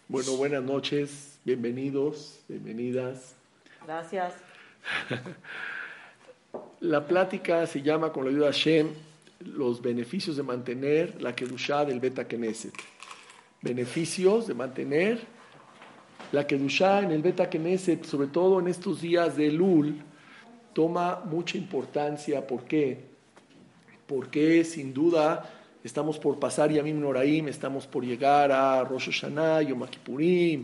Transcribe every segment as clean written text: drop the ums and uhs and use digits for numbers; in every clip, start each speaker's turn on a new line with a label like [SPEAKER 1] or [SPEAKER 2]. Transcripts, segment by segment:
[SPEAKER 1] Bueno, buenas noches, bienvenidos, bienvenidas.
[SPEAKER 2] Gracias.
[SPEAKER 1] La plática se llama, con la ayuda de Hashem, los beneficios de mantener la Kedushá del Beta Knesset. Beneficios de mantener la Kedushá en el Beta Knesset, sobre todo en estos días de Elul, toma mucha importancia. ¿Por qué? Porque sin duda estamos por pasar Yamim Noraim, estamos por llegar a Rosh Hashanah, Yom Kippurim,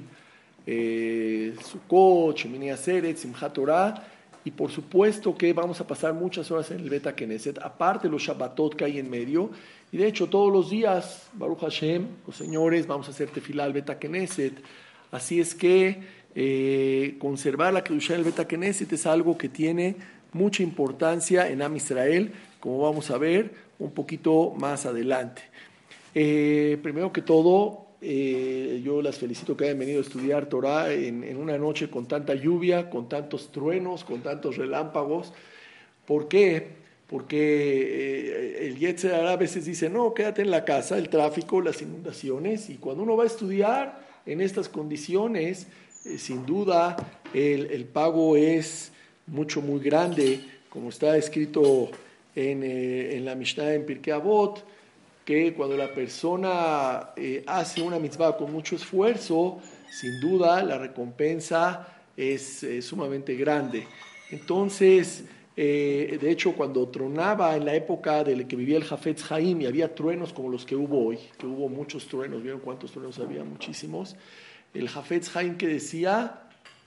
[SPEAKER 1] Sukkot, Shemini Atzeret, Simchat Torah, y por supuesto que vamos a pasar muchas horas en el Beta Knesset, aparte los Shabbatot que hay en medio, y de hecho todos los días, Baruch Hashem, los señores, vamos a hacer tefilá al Beta Knesset. Así es que conservar la Kedushá del Beta Knesset es algo que tiene mucha importancia en Am Israel, como vamos a ver un poquito más adelante. Primero que todo, yo las felicito que hayan venido a estudiar Torah en una noche con tanta lluvia, con tantos truenos, con tantos relámpagos. ¿Por qué? Porque el Yetzer Hara a veces dice, no, quédate en la casa, el tráfico, las inundaciones, y cuando uno va a estudiar en estas condiciones, sin duda el pago es muy grande, como está escrito en la Mishnah en Pirkei Avot, que cuando la persona hace una mitzvah con mucho esfuerzo, sin duda la recompensa es sumamente grande. Entonces, de hecho, cuando tronaba en la época de que vivía el Hafetz Haim y había truenos como los que hubo hoy, que hubo muchos truenos, ¿vieron cuántos truenos había? Muchísimos. El Hafetz Haim que decía,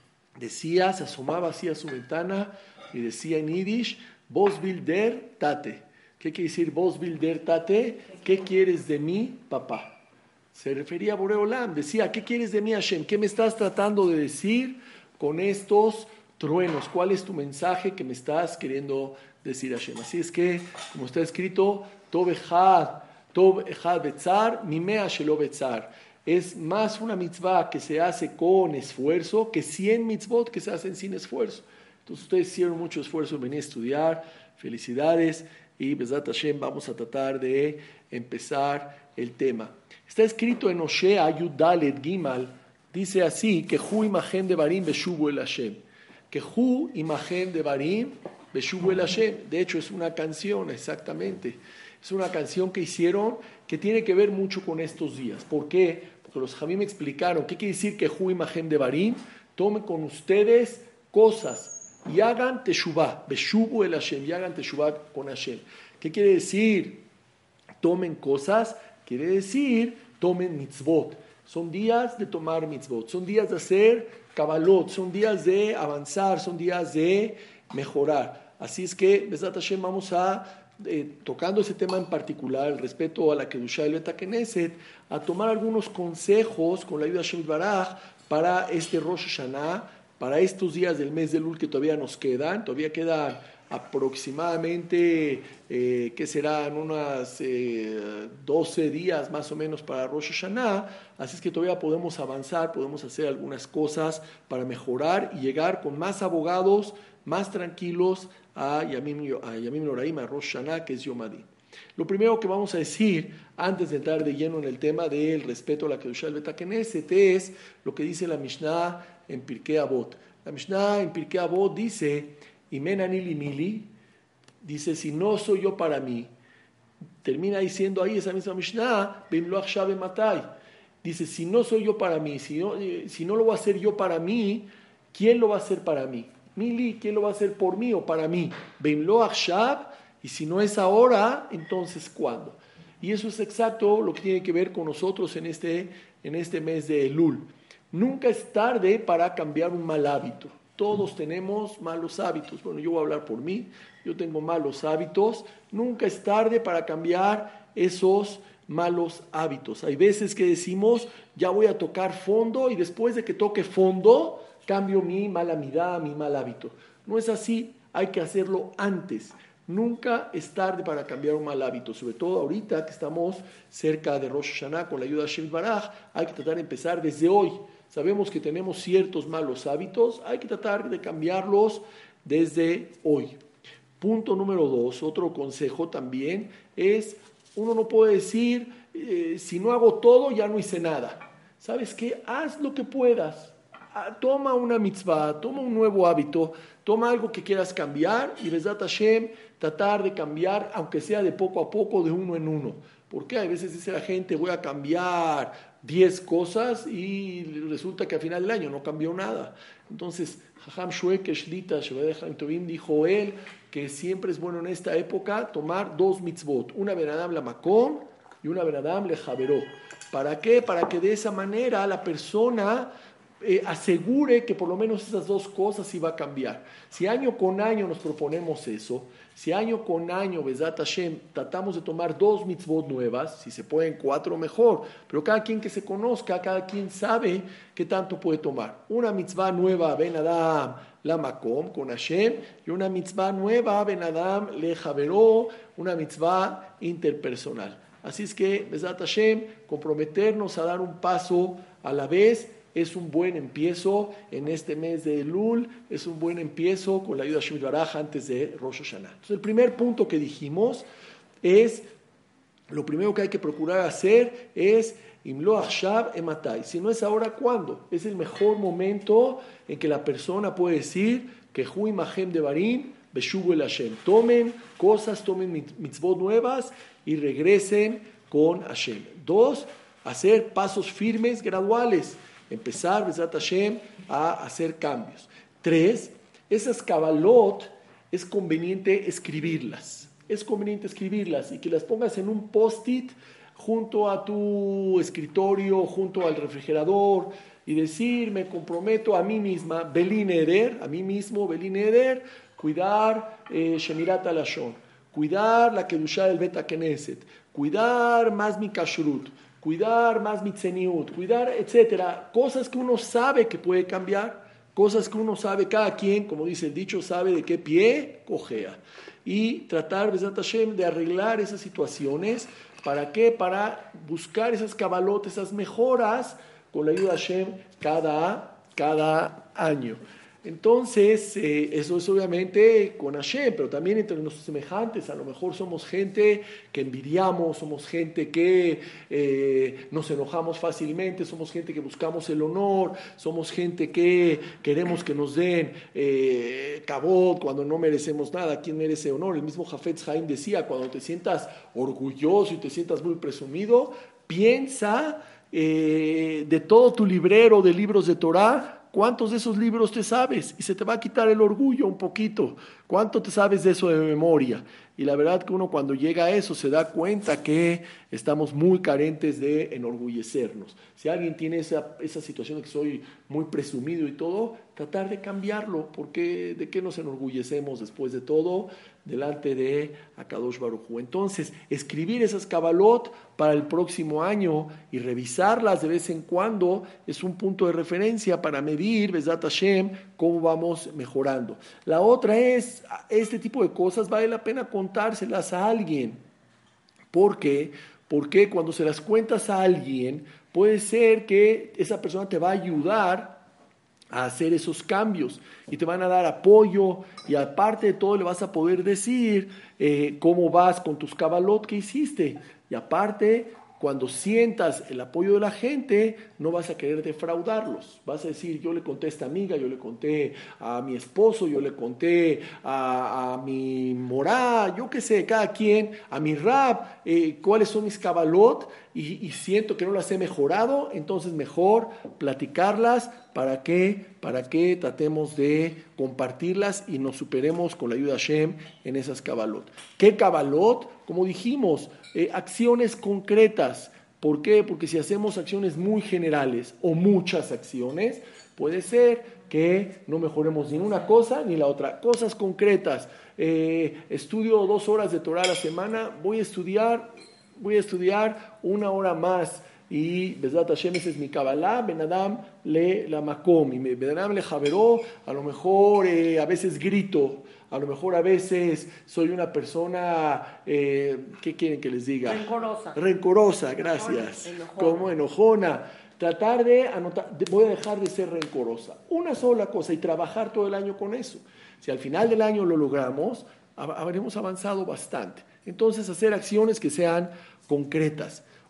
[SPEAKER 1] se asomaba así a su ventana y decía en Yiddish, Vos will der tate. ¿Qué quiere decir vos will der tate? ¿Qué quieres de mí, papá? Se refería a Boreolam, decía, ¿qué quieres de mí, Hashem? ¿Qué me estás tratando de decir con estos truenos? ¿Cuál es tu mensaje que me estás queriendo decir, Hashem? Así es que, como está escrito, Tov echad betzar, mimea shelo betzar. Es más una mitzvah que se hace con esfuerzo que 100 mitzvot que se hacen sin esfuerzo. Entonces ustedes hicieron mucho esfuerzo en venir a estudiar, felicidades, y Bezat Hashem vamos a tratar de empezar el tema. Está escrito en Oshea Yud Dalet Gimal, dice así, que Hu imagen de Barim beshuvu el Hashem. Que Hu imagen de Barim beshuvu el Hashem. De hecho es una canción, exactamente. Es una canción que hicieron que tiene que ver mucho con estos días. ¿Por qué? Porque los Jamim me explicaron qué quiere decir que Hu imagen de Barim. Tomen con ustedes cosas y hagan teshuvah, beshuvu el Hashem, y hagan teshuvah con Hashem. ¿Qué quiere decir? Tomen cosas, quiere decir tomen mitzvot. Son días de tomar mitzvot, son días de hacer kabbalot, son días de avanzar, son días de mejorar. Así es que, Bezat Hashem, vamos a, tocando ese tema en particular, el respeto a la Kedushá del Beta Knesset, a tomar algunos consejos con la ayuda de Hashem Baraj para este Rosh Hashanah, para estos días del mes de Elul que todavía quedan aproximadamente, que serán unas 12 días más o menos para Rosh Hashanah, así es que todavía podemos avanzar, podemos hacer algunas cosas para mejorar y llegar con más abogados, más tranquilos a Yamim Noraim, a Rosh Hashanah, que es Yom Adin. Lo primero que vamos a decir, antes de entrar de lleno en el tema del respeto a la Kedushá del Beta Knesset, es lo que dice la Mishnah en Pirkei Avot. La Mishnah en Pirkei Avot dice, Imen ani li mili, dice, si no soy yo para mí, termina diciendo ahí esa misma Mishnah, Bim lo achshav matai, dice, si no soy yo para mí, si no lo voy a hacer yo para mí, ¿quién lo va a hacer para mí? Mili, ¿quién lo va a hacer por mí o para mí? Bim lo achshav, y si no es ahora, entonces ¿cuándo? Y eso es exacto lo que tiene que ver con nosotros en este mes de Elul. Nunca es tarde para cambiar un mal hábito. Todos tenemos malos hábitos. Bueno, yo voy a hablar por mí. Yo tengo malos hábitos. Nunca es tarde para cambiar esos malos hábitos. Hay veces que decimos, ya voy a tocar fondo y después de que toque fondo, cambio mi mala midá, mi mal hábito. No es así. Hay que hacerlo antes. Nunca es tarde para cambiar un mal hábito, sobre todo ahorita que estamos cerca de Rosh Hashanah con la ayuda de Hashem Baraj, hay que tratar de empezar desde hoy. Sabemos que tenemos ciertos malos hábitos, hay que tratar de cambiarlos desde hoy. Punto número 2, otro consejo también es, uno no puede decir, si no hago todo ya no hice nada. ¿Sabes qué? Haz lo que puedas. Toma una mitzvah, toma un nuevo hábito, toma algo que quieras cambiar y Bezat Hashem, tratar de cambiar, aunque sea de poco a poco, de uno en uno. Porque a veces dice la gente, voy a cambiar 10 cosas y resulta que al final del año no cambió nada. Entonces, Jajam Shueke Shlita Shebedecham Tovim dijo él que siempre es bueno en esta época tomar 2 mitzvot, una Ben Adam la Makom y una Ben Adam le Javeró. ¿Para qué? Para que de esa manera la persona asegure que por lo menos esas 2 cosas sí va a cambiar. Si año con año nos proponemos eso, si año con año, Bezat Hashem, tratamos de tomar 2 mitzvot nuevas, si se pueden 4 mejor, pero cada quien que se conozca, cada quien sabe qué tanto puede tomar. Una mitzvah nueva, Ben Adam, la Makom, con Hashem, y una mitzvah nueva, Ben Adam, le Javeró, una mitzvah interpersonal. Así es que, Bezat Hashem, comprometernos a dar un paso a la vez, es un buen empiezo en este mes de Elul, es un buen empiezo con la ayuda de Hashem Baraj antes de Rosh Hashanah. Entonces, el primer punto que dijimos es, lo primero que hay que procurar hacer es Imlo Achshav Ematai. Si no es ahora, ¿cuándo? Es el mejor momento en que la persona puede decir que Hui Mahem de Barim, Beshubu el Hashem. Tomen cosas, tomen mitzvot nuevas y regresen con Hashem. 2, hacer pasos firmes, graduales. Empezar, Bezat Hashem, a hacer cambios. 3, esas kabalot es conveniente escribirlas. Es conveniente escribirlas y que las pongas en un post-it junto a tu escritorio, junto al refrigerador y decir, me comprometo a mí misma, Belin Eder, a mí mismo, Belin Eder, cuidar Shemirat Alashon, cuidar la Kedushá del Beta Knesset, cuidar más mi kashrut, cuidar más mi tzeniut, cuidar, etcétera, cosas que uno sabe que puede cambiar, cosas que uno sabe, cada quien, como dice el dicho, sabe de qué pie cojea. Y tratar, Bezat Hashem, de arreglar esas situaciones. ¿Para qué? Para buscar esas cabalot, esas mejoras con la ayuda de Hashem cada año. Entonces, eso es obviamente con Hashem, pero también entre nuestros semejantes. A lo mejor somos gente que envidiamos, somos gente que nos enojamos fácilmente, somos gente que buscamos el honor, somos gente que queremos que nos den kabod cuando no merecemos nada. ¿Quién merece honor? El mismo Hafetz Haim decía, cuando te sientas orgulloso y te sientas muy presumido, piensa de todo tu librero de libros de Torah, ¿cuántos de esos libros te sabes? Y se te va a quitar el orgullo un poquito. ¿Cuánto te sabes de eso de memoria? Y la verdad que uno cuando llega a eso se da cuenta que estamos muy carentes de enorgullecernos. Si alguien tiene esa situación de que soy muy presumido y todo, tratar de cambiarlo, porque ¿de qué nos enorgullecemos después de todo? Delante de Akadosh Baruj Hu. Entonces, escribir esas kabalot para el próximo año y revisarlas de vez en cuando es un punto de referencia para medir, Bezat Hashem, cómo vamos mejorando. La otra es, este tipo de cosas vale la pena contárselas a alguien. ¿Por qué? Porque cuando se las cuentas a alguien, puede ser que esa persona te va a ayudar a hacer esos cambios y te van a dar apoyo y aparte de todo le vas a poder decir cómo vas con tus kabalot que hiciste y aparte cuando sientas el apoyo de la gente no vas a querer defraudarlos, vas a decir yo le conté a esta amiga, yo le conté a mi esposo, yo le conté a mi morá, yo qué sé, cada quien, a mi rab, cuáles son mis kabalot y siento que no las he mejorado, entonces mejor platicarlas para que tratemos de compartirlas y nos superemos con la ayuda de Hashem en esas kabalot. ¿Qué kabalot? Como dijimos, acciones concretas. ¿Por qué? Porque si hacemos acciones muy generales o muchas acciones, puede ser que no mejoremos ni una cosa ni la otra. Cosas concretas. Estudio 2 horas de Torah a la semana, voy a estudiar 1 hora más. Y Bezat Hashem, ese es mi Kabbalah, Ben Adam le la Makom, y Ben Adam le Javeró, a lo mejor a veces grito, a lo mejor a veces soy una persona, ¿qué quieren que les diga? Rencorosa, gracias. Como enojona. Tratar de anotar, voy a dejar de ser rencorosa. Una sola cosa y trabajar todo el año con eso. Si al final del año lo logramos, habremos avanzado bastante. Entonces hacer acciones que sean concretas.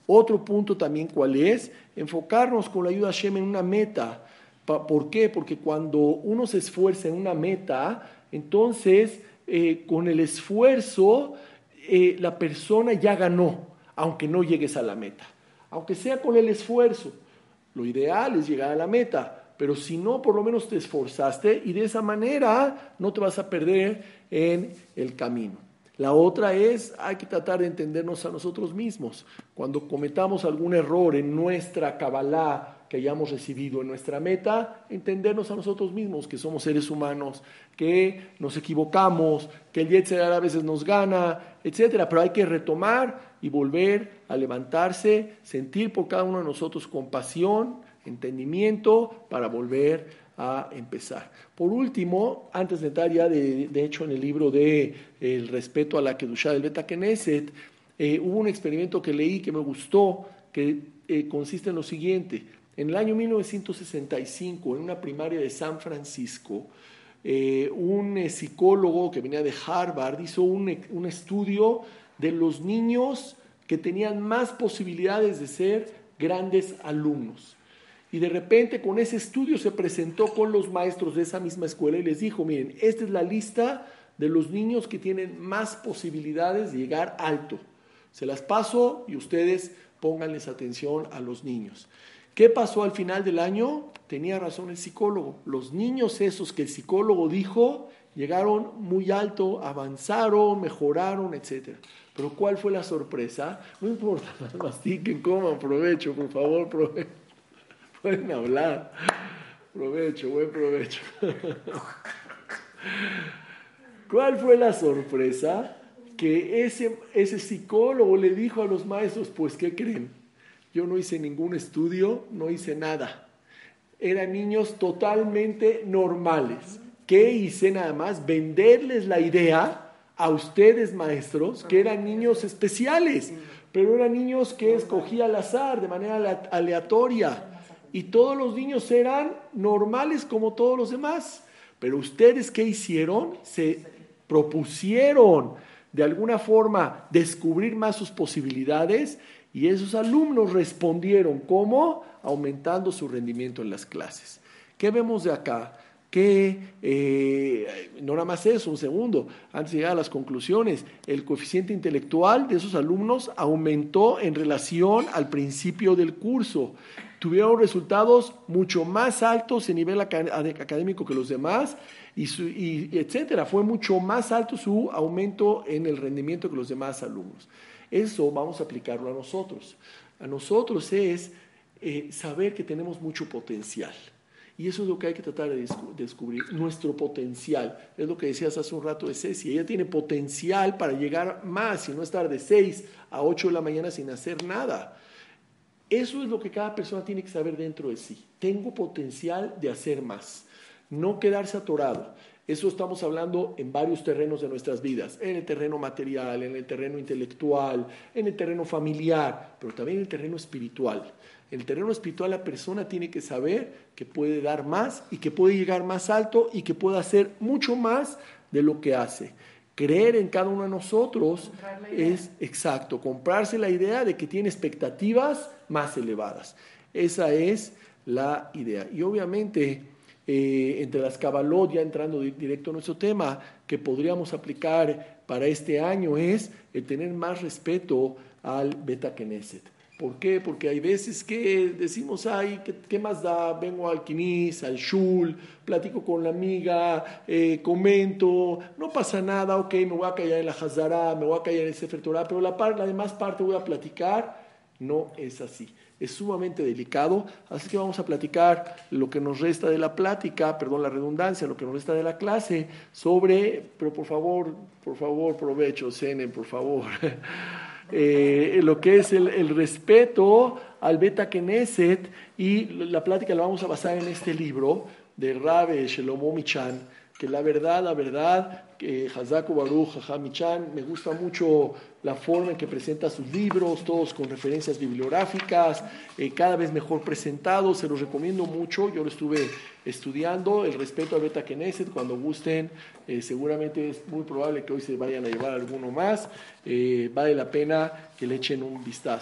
[SPEAKER 1] Otro punto también, ¿cuál es? Enfocarnos con la ayuda de Hashem en una meta. ¿Por qué? Porque cuando uno se esfuerza en una meta, entonces con el esfuerzo la persona ya ganó, aunque no llegues a la meta. Aunque sea con el esfuerzo. Lo ideal es llegar a la meta, pero si no, por lo menos te esforzaste y de esa manera no te vas a perder en el camino. La otra es, hay que tratar de entendernos a nosotros mismos. Cuando cometamos algún error en nuestra Kabbalah que hayamos recibido en nuestra meta, entendernos a nosotros mismos, que somos seres humanos, que nos equivocamos, que el Yetzer Hara a veces nos gana, etcétera. Pero hay que retomar y volver a levantarse, sentir por cada uno de nosotros compasión, entendimiento, para volver a empezar. Por último, antes de entrar ya de hecho en el libro de El respeto a la Kedushá del Beta Knesset, hubo un experimento que leí que me gustó, que consiste en lo siguiente. En el año 1965, en una primaria de San Francisco, un psicólogo que venía de Harvard hizo un estudio de los niños que tenían más posibilidades de ser grandes alumnos. Y de repente con ese estudio se presentó con los maestros de esa misma escuela y les dijo, miren, esta es la lista de los niños que tienen más posibilidades de llegar alto. Se las paso y ustedes pónganles atención a los niños. ¿Qué pasó al final del año? Tenía razón el psicólogo. Los niños esos que el psicólogo dijo llegaron muy alto, avanzaron, mejoraron, etc. Pero ¿cuál fue la sorpresa? No importa, mastiquen, coman, provecho, por favor, provecho. Pueden hablar. Provecho, buen provecho. ¿Cuál fue la sorpresa? Que ese psicólogo le dijo a los maestros, pues, ¿qué creen? Yo no hice ningún estudio, no hice nada. Eran niños totalmente normales. ¿Qué hice nada más? Venderles la idea a ustedes, maestros, que eran niños especiales, pero eran niños que escogía al azar, de manera aleatoria. Y todos los niños eran normales como todos los demás. Pero ustedes, ¿qué hicieron? Se propusieron de alguna forma descubrir más sus posibilidades y esos alumnos respondieron. ¿Cómo? Aumentando su rendimiento en las clases. ¿Qué vemos de acá? Que no nada más eso, un segundo, antes de llegar a las conclusiones, el coeficiente intelectual de esos alumnos aumentó en relación al principio del curso. Tuvieron resultados mucho más altos en nivel académico que los demás y etcétera. Fue mucho más alto su aumento en el rendimiento que los demás alumnos. Eso vamos a aplicarlo a nosotros. A nosotros es saber que tenemos mucho potencial. Y eso es lo que hay que tratar de descubrir, nuestro potencial. Es lo que decías hace un rato de Ceci. Ella tiene potencial para llegar más y no estar de 6 a 8 de la mañana sin hacer nada. Eso es lo que cada persona tiene que saber dentro de sí. Tengo potencial de hacer más, no quedarse atorado. Eso estamos hablando en varios terrenos de nuestras vidas, en el terreno material, en el terreno intelectual, en el terreno familiar, pero también en el terreno espiritual. En el terreno espiritual la persona tiene que saber que puede dar más y que puede llegar más alto y que puede hacer mucho más de lo que hace. Creer en cada uno de nosotros es exacto, comprarse la idea de que tiene expectativas más elevadas. Esa es la idea. Y obviamente, entre las Kabbalot, ya entrando directo a nuestro tema, que podríamos aplicar para este año es el tener más respeto al Beta Knesset. ¿Por qué? Porque hay veces que decimos, ay, ¿qué más da? Vengo al Knis, al Shul, platico con la amiga, comento, no pasa nada, ok, me voy a callar en la Hazara, me voy a callar en el Sefer Torah, pero la demás parte voy a platicar. No es así. Es sumamente delicado, así que vamos a platicar lo que nos resta de la plática, perdón la redundancia, lo que nos resta de la clase, sobre, pero por favor, provecho, Senen, por favor. Lo que es el respeto al Beta Knesset, y la plática la vamos a basar en este libro de Rabbe Shlomo Michan, que la verdad, que Hazaku Baruch Jajam Michan, me gusta mucho la forma en que presenta sus libros, todos con referencias bibliográficas, cada vez mejor presentados, se los recomiendo mucho, yo lo estuve estudiando, el respeto al Beta Knesset, cuando gusten, seguramente es muy probable que hoy se vayan a llevar alguno más, vale la pena que le echen un vistazo.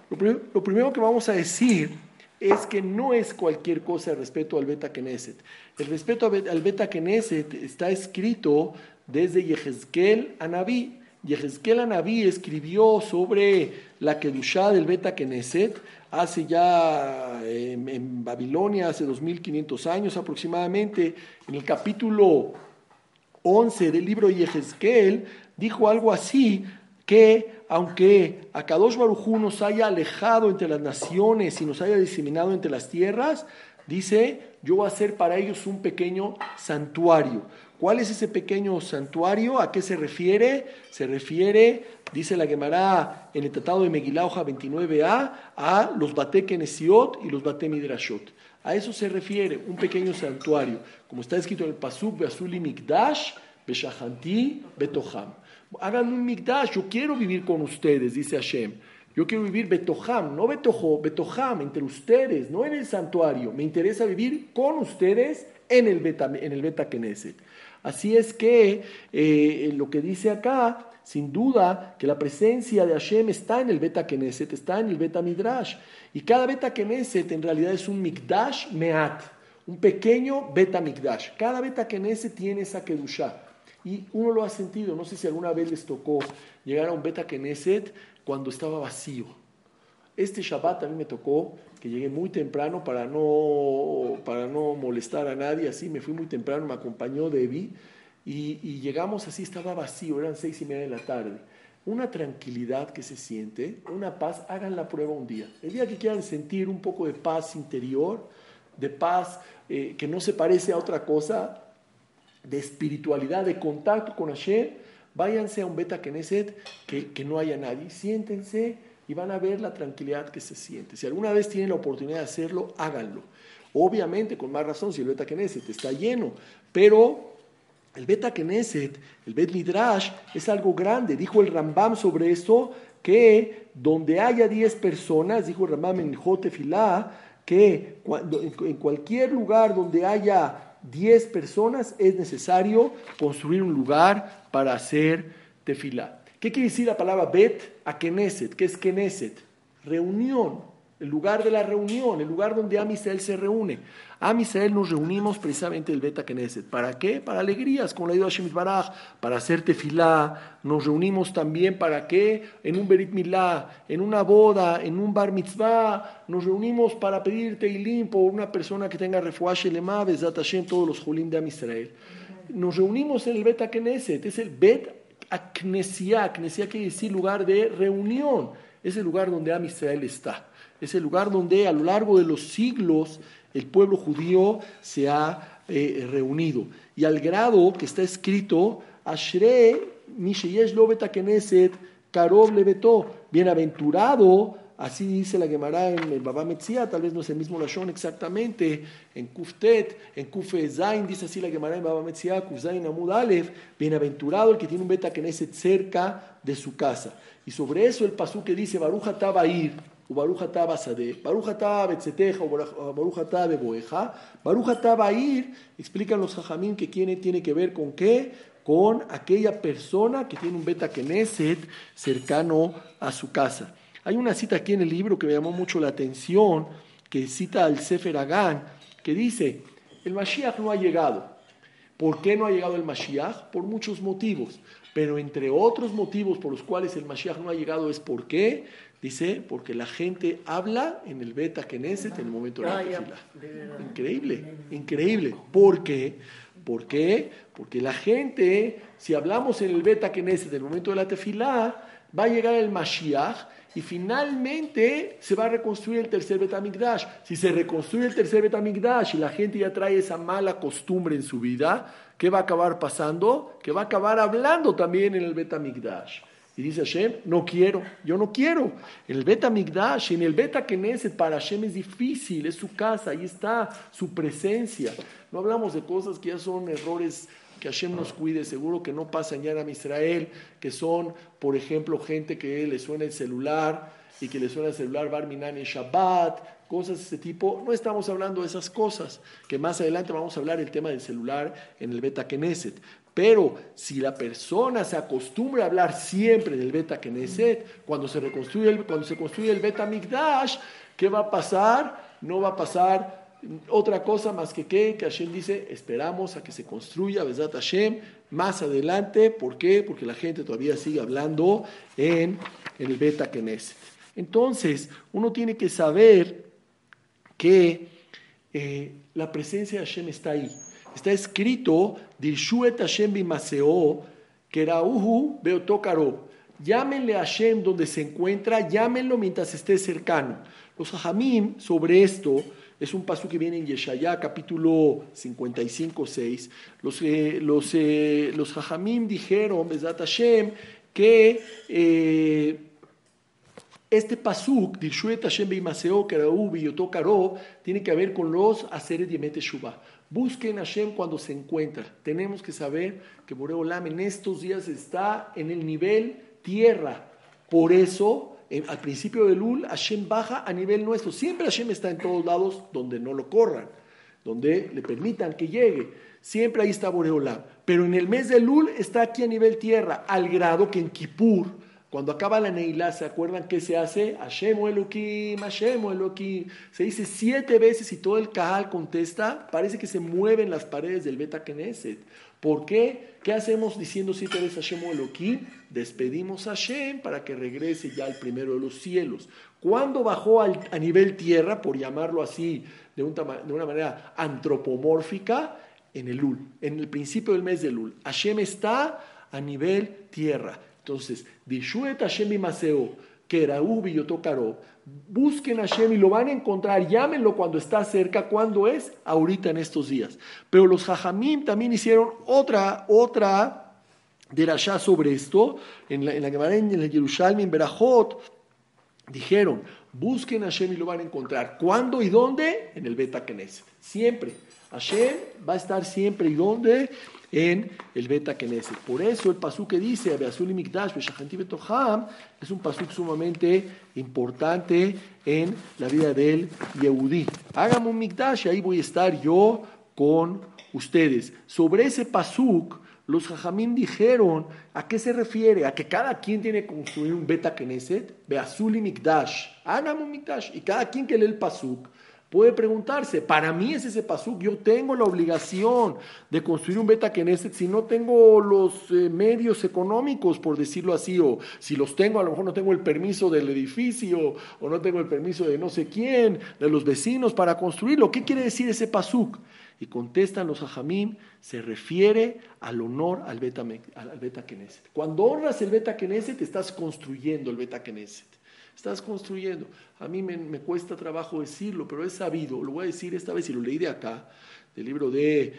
[SPEAKER 1] Lo primero que vamos a decir es que no es cualquier cosa el respeto al Beta Knesset. El respeto al Beta Knesset está escrito desde Yehezkel Anabí. Yehezkel Anabí escribió sobre la Kedushá del Beta Knesset hace ya en Babilonia, hace 2500 años aproximadamente, en el capítulo 11 del libro de Yehezkel, dijo algo así, que aunque Akadosh Baruj Hu nos haya alejado entre las naciones y nos haya diseminado entre las tierras, dice, yo voy a hacer para ellos un pequeño santuario. ¿Cuál es ese pequeño santuario? ¿A qué se refiere? Se refiere, dice la Gemara en el Tratado de Megilá, hoja 29a, a los Bate Kenesiot y los Bate Midrashot. A eso se refiere, un pequeño santuario. Como está escrito en el Pasuk, Be'asuli Mikdash, Be'shachanti, Betoham. Háganme un Mikdash, yo quiero vivir con ustedes, dice Hashem. Yo quiero vivir Betoham, no Betoho, Betoham, entre ustedes, no en el santuario. Me interesa vivir con ustedes en el Beta Knesset. Así es que lo que dice acá, sin duda, que la presencia de Hashem está en el Beta Knesset, está en el Beta Midrash. Y cada Beta Knesset en realidad es un Mikdash Meat, un pequeño Beta Mikdash. Cada Beta Knesset tiene esa Kedushá. Y uno lo ha sentido, no sé si alguna vez les tocó llegar a un Beta Knesset cuando estaba vacío. Este Shabbat a mí me tocó que llegué muy temprano para no molestar a nadie, así me fui muy temprano, me acompañó Debbie y llegamos así, estaba vacío, eran 6:30 de la tarde. Una tranquilidad que se siente, una paz, hagan la prueba un día. El día que quieran sentir un poco de paz interior, de paz que no se parece a otra cosa, de espiritualidad, de contacto con Hashem, váyanse a un Beta Knesset que no haya nadie, siéntense y van a ver la tranquilidad que se siente. Si alguna vez tienen la oportunidad de hacerlo, háganlo. Obviamente, con más razón, si el Beta Knesset está lleno, pero el Beta Knesset, el Bet Midrash, es algo grande. Dijo el Rambam sobre esto, que donde haya 10 personas, dijo el Rambam en Jote Filá, que en cualquier lugar donde haya 10 personas es necesario construir un lugar para hacer tefilá. ¿Qué quiere decir la palabra Bet a Knesset? ¿Qué es Knesset? Reunión, el lugar de la reunión, el lugar donde Am Israel se reúne. Am Israel nos reunimos precisamente el Bet a Knesset. ¿Para qué? Para alegrías, con la ayuda de Hashem Yitbaraj, para hacer tefilá. Nos reunimos también para qué? En un Berit Milá, en una boda, en un Bar Mitzvah. Nos reunimos para pedir Teilim por una persona que tenga refuah shelema, Bezat Hashem, todos los Jolim de Am Israel. Nos reunimos en el Bet a Knesset, es el Bet a Knessia. Knessia quiere decir lugar de reunión. Es el lugar donde Am Israel está. Es el lugar donde a lo largo de los siglos el pueblo judío se ha reunido. Y al grado que está escrito, Ashrei mi sheyesh lo Bet a Knesset karov lebeto. Bienaventurado, así dice la Gemara en el Baba Metzia, tal vez no es el mismo lashon exactamente, en Kuftet, en Kuf Zain, dice así la Gemara en Baba Metzia, Kuf Zain Amud Aleph, bienaventurado el que tiene un Bet a Knesset cerca de su casa. Y sobre eso el pasuk que dice, Baruch atah ba'ir, u Baruch atah basadeh, Baruch atah betzeteja, u Baruch atah beboeja, Baruch atah ba'ir, explican los jajamim que tiene que ver con qué, con aquella persona que tiene un Bet a Knesset cercano a su casa. Hay una cita aquí en el libro que me llamó mucho la atención, que cita al Sefer Agán, que dice, el Mashiach no ha llegado. ¿Por qué no ha llegado el Mashiach? Por muchos motivos, pero entre otros motivos por los cuales el Mashiach no ha llegado es ¿por qué? Dice, porque la gente habla en el Bet a Knesset en el momento de la tefilá. Increíble, increíble. ¿Por qué? ¿Por qué? Porque la gente, si hablamos en el Bet a Knesset en el momento de la tefilá, va a llegar el Mashiach y finalmente se va a reconstruir el tercer Bet HaMikdash. Si se reconstruye el tercer Bet HaMikdash y la gente ya trae esa mala costumbre en su vida, ¿qué va a acabar pasando? Que va a acabar hablando también en el Bet HaMikdash. Y dice Hashem, no quiero, yo no quiero. En el Bet HaMikdash, en el Bet HaKnesset, para Hashem es difícil, es su casa, ahí está su presencia. No hablamos de cosas que ya son errores, que Hashem nos cuide, seguro que no pasan ya en Israel, que son, por ejemplo, gente que le suena el celular y que le suena el celular Bar Minan y Shabbat, cosas de ese tipo. No estamos hablando de esas cosas, que más adelante vamos a hablar del tema del celular en el Bet HaKnesset. Pero si la persona se acostumbra a hablar siempre del Bet HaKnesset, cuando se construye el Bet HaMikdash, ¿qué va a pasar? No va a pasar otra cosa más que Hashem dice, esperamos a que se construya Bezat Hashem más adelante. ¿Por qué? Porque la gente todavía sigue hablando en el Bet HaKnesset. Entonces, uno tiene que saber que la presencia de Hashem está ahí. Está escrito, Dirshuet Hashem bimaseo, Kerauhu beotokaro. Llámenle a Hashem donde se encuentra, llámenlo mientras esté cercano. Los Jajamim sobre esto, es un paso que viene en Yeshayá, capítulo 55, 6. Los Jajamim dijeron, Bezat Hashem, que este pasuk, Dirshuet Hashem bimaseo, Kerauhu beotokaro, tiene que ver con los Aseret Yemet Teshuvah. Busquen a Hashem cuando se encuentra. Tenemos que saber que Boré Olam en estos días está en el nivel tierra. Por eso, al principio de Elul, Hashem baja a nivel nuestro. Siempre Hashem está en todos lados donde no lo corran, donde le permitan que llegue. Siempre ahí está Boré Olam. Pero en el mes de Elul está aquí a nivel tierra, al grado que en Kippur, cuando acaba la Neilá, ¿se acuerdan qué se hace? Hashem Elohim, Hashem Elohim. Se dice 7 veces y todo el Kahal contesta. Parece que se mueven las paredes del Bet HaKnesset. ¿Por qué? ¿Qué hacemos diciendo 7 veces Hashem Elohim? Despedimos a Hashem para que regrese ya al primero de los cielos. ¿Cuándo bajó a nivel tierra, por llamarlo así, de una manera antropomórfica? En el Elul, en el principio del mes de Elul. Hashem está a nivel tierra. Entonces, Dishuet Hashem bimaseo, Kerauhu beotokaro, busquen a Hashem y lo van a encontrar, llámenlo cuando está cerca. ¿Cuándo es? Ahorita en estos días. Pero los Jajamim también hicieron otra derashá sobre esto, en la Gemara, en el Yerushalmi, en Berajot, dijeron, busquen a Hashem y lo van a encontrar. ¿Cuándo y dónde? En el Bet HaKnesset. Siempre. Hashem va a estar siempre. ¿Y dónde? En el Bet HaKnesset. Por eso el pasuk que dice Beazuli Mikdash Beshachanti Betoham es un pasuk sumamente importante en la vida del Yehudí. Hágame un Mikdash y ahí voy a estar yo con ustedes. Sobre ese pasuk, los Jajamim dijeron, ¿a qué se refiere? A que cada quien tiene que construir un Bet HaKnesset, Beazuli Mikdash, hágame un Mikdash, y cada quien que lee el pasuk puede preguntarse, para mí es ese pasuk, yo tengo la obligación de construir un Bet HaKnesset si no tengo los medios económicos, por decirlo así, o si los tengo, a lo mejor no tengo el permiso del edificio, o no tengo el permiso de no sé quién, de los vecinos para construirlo. ¿Qué quiere decir ese pasuk? Y contestan los Jajamim, se refiere al honor al Bet HaKnesset. Cuando honras el Bet HaKnesset, estás construyendo el Bet HaKnesset. Estás construyendo. A mí me cuesta trabajo decirlo, pero es sabido. Lo voy a decir esta vez y lo leí de acá, del libro de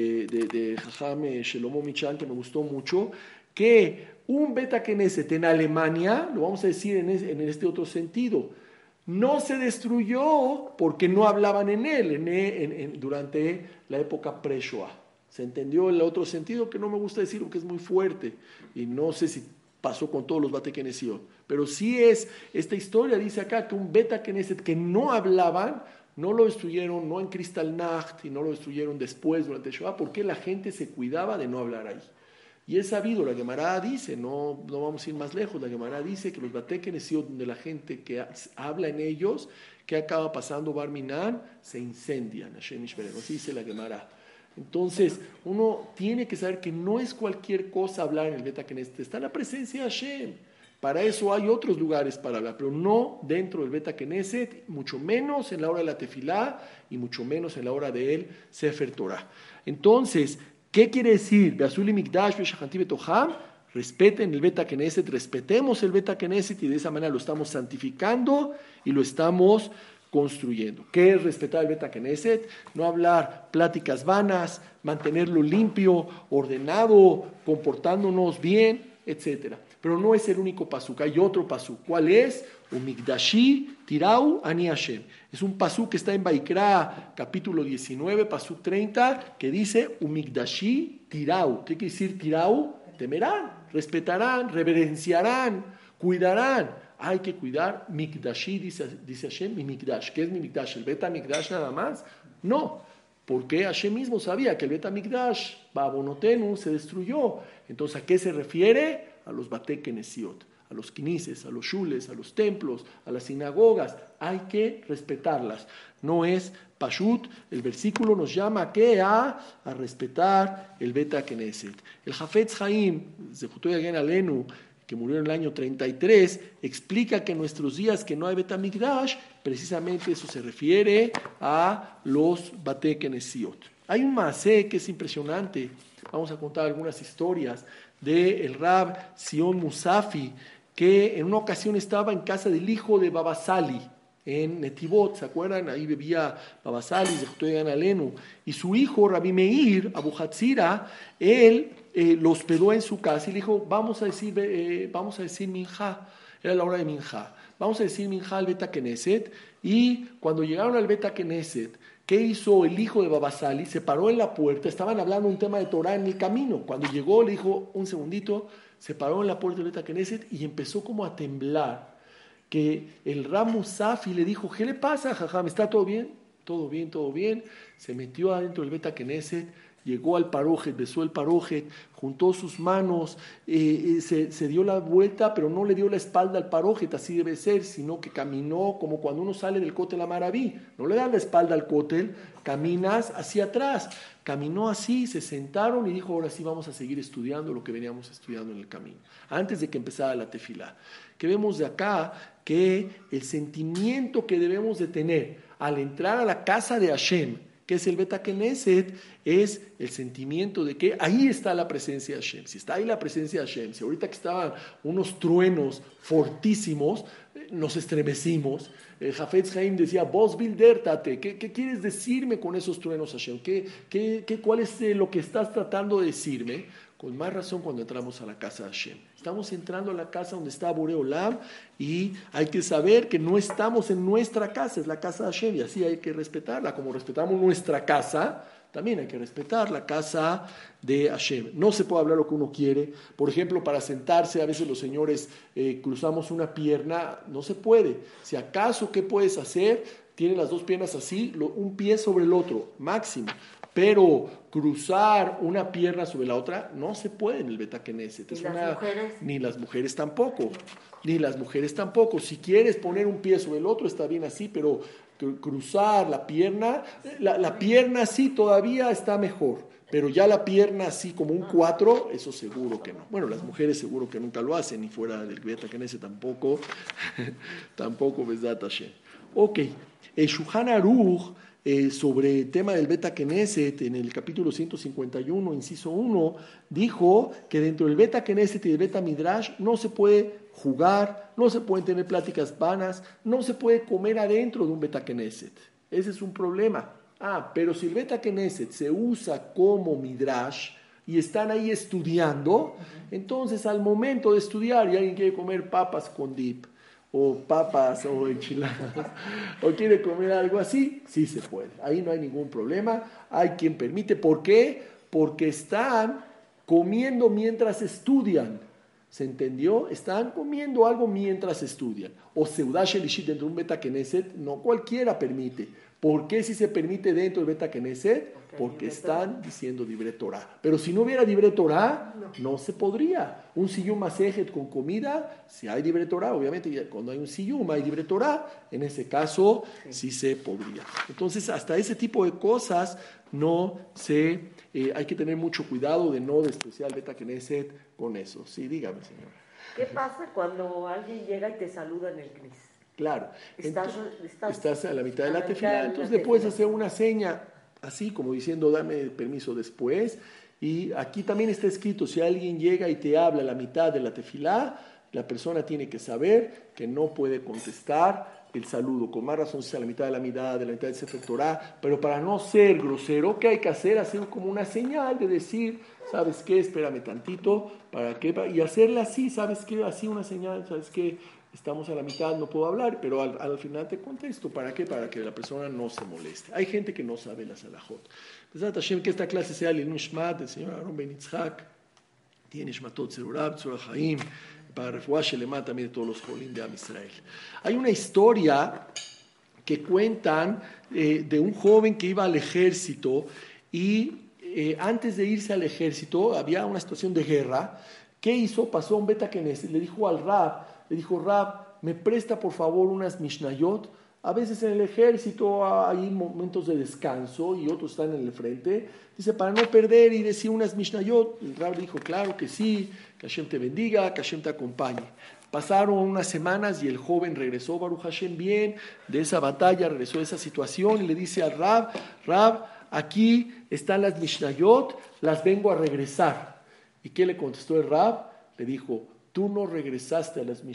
[SPEAKER 1] Jajam Shelomo Michan, que me gustó mucho, que un Bet HaKnesset en Alemania, lo vamos a decir en este otro sentido, no se destruyó porque no hablaban en él durante la época pre-Shoah. Se entendió el otro sentido que no me gusta decir porque es muy fuerte y no sé si pasó con todos los Bate Knesset, pero sí es, esta historia dice acá que un Bet HaKnesset que no hablaban, no lo destruyeron, no en Kristallnacht y no lo destruyeron después durante Shoah, porque la gente se cuidaba de no hablar ahí. Y es sabido, la Gemara dice, no vamos a ir más lejos, la Gemara dice que los Bate Knesset, donde la gente que habla en ellos, ¿qué acaba pasando? Barminan, se incendian, así dice la Gemara. Entonces, uno tiene que saber que no es cualquier cosa hablar en el Bet HaKnesset, está la presencia de Hashem. Para eso hay otros lugares para hablar, pero no dentro del Bet HaKnesset, mucho menos en la hora de la tefilá y mucho menos en la hora del Sefer Torah. Entonces, ¿qué quiere decir? Beazuli Mikdash Beshachanti Betoham, respeten el Bet HaKnesset, respetemos el Bet HaKnesset y de esa manera lo estamos santificando y lo estamos construyendo. ¿Qué es respetar el Bet HaKnesset? No hablar pláticas vanas, mantenerlo limpio, ordenado, comportándonos bien, etc. Pero no es el único pasuk, hay otro pasuk. ¿Cuál es? Umikdashi tirau ani Hashem. Es un pasuk que está en Vaikra, capítulo 19, pasuk 30, que dice Umikdashi tirau. ¿Qué quiere decir tirau? Temerán, respetarán, reverenciarán, cuidarán. Hay que cuidar Mikdashi, dice Hashem, mi Mikdash. ¿Qué es mi Mikdash? ¿El Bet HaMikdash nada más? No. Porque Hashem mismo sabía que el Bet HaMikdash, Babonotenu, se destruyó. Entonces, ¿a qué se refiere? A los Bate Kenesiot, a los kinises, a los shules, a los templos, a las sinagogas. Hay que respetarlas. No es Pashut. El versículo nos llama ¿a qué? A respetar el Bet HaKnesset. El Hafetz Haim, Zehutoy Hagen Alenu, que murió en el año 33, explica que en nuestros días que no hay Bet HaMikdash, precisamente eso se refiere a los Bate Kenesiot. Hay un maaseh que es impresionante. Vamos a contar algunas historias del Rab Sion Musafi, que en una ocasión estaba en casa del hijo de Baba Sali, en Netivot, ¿se acuerdan? Ahí vivía Baba Sali, Zehutoy Hagen Alenu, y su hijo, Rabbi Meir, Abu Hatzira, él lo hospedó en su casa y le dijo, vamos a decir Minjá, era la hora de Minjá, vamos a decir Minjá al Bet HaKnesset. Y cuando llegaron al Bet HaKnesset, ¿qué hizo el hijo de Baba Sali? Se paró en la puerta, estaban hablando un tema de Torah en el camino. Cuando llegó le dijo, un segundito, se paró en la puerta del Bet HaKnesset y empezó como a temblar, que el Rab Musafi le dijo, ¿qué le pasa, jajam? ¿Está todo bien? Todo bien, todo bien. Se metió adentro del Bet HaKnesset, llegó al parójet, besó el parójet, juntó sus manos, se dio la vuelta, pero no le dio la espalda al parójet, así debe ser, sino que caminó como cuando uno sale del Kotel Amaraví. No le dan la espalda al Kotel, caminas hacia atrás. Caminó así, se sentaron y dijo, ahora sí vamos a seguir estudiando lo que veníamos estudiando en el camino, antes de que empezara la tefilá. Que vemos de acá que el sentimiento que debemos de tener al entrar a la casa de Hashem, que es el Bet HaKnesset, es el sentimiento de que ahí está la presencia de Hashem. Si está ahí la presencia de Hashem, si ahorita que estaban unos truenos fortísimos, nos estremecimos. El Hafetz Haim decía, vos bildértate, ¿qué quieres decirme con esos truenos, Hashem? ¿Cuál es lo que estás tratando de decirme? Con más razón cuando entramos a la casa de Hashem. Estamos entrando a la casa donde está Boré Olam y hay que saber que no estamos en nuestra casa, es la casa de Hashem y así hay que respetarla. Como respetamos nuestra casa, también hay que respetar la casa de Hashem. No se puede hablar lo que uno quiere. Por ejemplo, para sentarse, a veces los señores cruzamos una pierna, no se puede. Si acaso, ¿qué puedes hacer? Tienes las dos piernas así, un pie sobre el otro, máximo. Pero cruzar una pierna sobre la otra no se puede en el Bet HaKnesset. Ni las mujeres tampoco. Ni las mujeres tampoco. Si quieres poner un pie sobre el otro está bien así, pero cruzar la pierna sí todavía está mejor. Pero ya la pierna así como un 4, eso seguro que no. Bueno, las mujeres seguro que nunca lo hacen, ni fuera del Bet HaKnesset tampoco. Tampoco Besdat Hashem. Ok, el Shulchan Aruch, sobre el tema del Bet HaKnesset, en el capítulo 151, inciso 1, dijo que dentro del Bet HaKnesset y del Bet HaMidrash no se puede jugar, no se pueden tener pláticas vanas, no se puede comer adentro de un Bet HaKnesset. Ese es un problema. Pero si el Bet HaKnesset se usa como Midrash y están ahí estudiando, entonces al momento de estudiar y alguien quiere comer papas con dip, o papas o enchiladas, o quiere comer algo así, sí se puede. Ahí no hay ningún problema. Hay quien permite. ¿Por qué? Porque están comiendo mientras estudian. ¿Se entendió? Están comiendo algo mientras estudian. O Seudah Shelishit dentro de un Bet HaKnesset, no cualquiera permite. ¿Por qué si se permite dentro del Bet HaKnesset? Porque están diciendo Divrei Torah. Pero si no hubiera Divrei Torah, no se podría. Un siyum masejet con comida, si hay Divrei Torah, obviamente cuando hay un siyum hay Divrei Torah, en ese caso sí se podría. Entonces hasta ese tipo de cosas hay que tener mucho cuidado de no despreciar el Bet HaKnesset con eso. Sí, dígame, señora.
[SPEAKER 2] ¿Qué pasa cuando alguien llega y te saluda en el CNIS?
[SPEAKER 1] Claro, estás a la mitad de la
[SPEAKER 2] mitad
[SPEAKER 1] tefilá,
[SPEAKER 2] de
[SPEAKER 1] entonces
[SPEAKER 2] la
[SPEAKER 1] le puedes
[SPEAKER 2] tefilá.
[SPEAKER 1] hacer una seña, así como diciendo, dame permiso después. Y aquí también está escrito, si alguien llega y te habla a la mitad de la tefilá, la persona tiene que saber que no puede contestar el saludo. Con más razón, si es a la mitad de la mitad del Sefer Torah, pero para no ser grosero, ¿qué hay que hacer? Hacer como una señal de decir, ¿sabes qué? Espérame tantito, ¿para qué? Y hacerla así, ¿sabes qué? Así una señal, ¿sabes qué? Estamos a la mitad, no puedo hablar, pero al final te contesto. ¿Para qué? Para que la persona no se moleste. Hay gente que no sabe las halajot. Besat Hashem, que esta clase sea el Nishmat del señor Aaron Ben Yitzhak, tiene Nishmatot Zerurab, Tzura Chaim, para Refuah Shelema también de todos los Jolim de Am Israel. Hay una historia que cuentan de un joven que iba al ejército y antes de irse al ejército había una situación de guerra. ¿Qué hizo? Pasó a un Beta Knesset, le dijo al Rab, Rab, ¿me presta por favor unas Mishnayot? A veces en el ejército hay momentos de descanso y otros están en el frente. Dice, para no perder y decir unas Mishnayot. El Rab dijo, claro que sí, que Hashem te bendiga, que Hashem te acompañe. Pasaron unas semanas y el joven regresó, Baruch Hashem, bien de esa batalla, regresó de esa situación y le dice al Rab, aquí están las Mishnayot, las vengo a regresar. ¿Y qué le contestó el Rab? Le dijo, tú no regresaste a las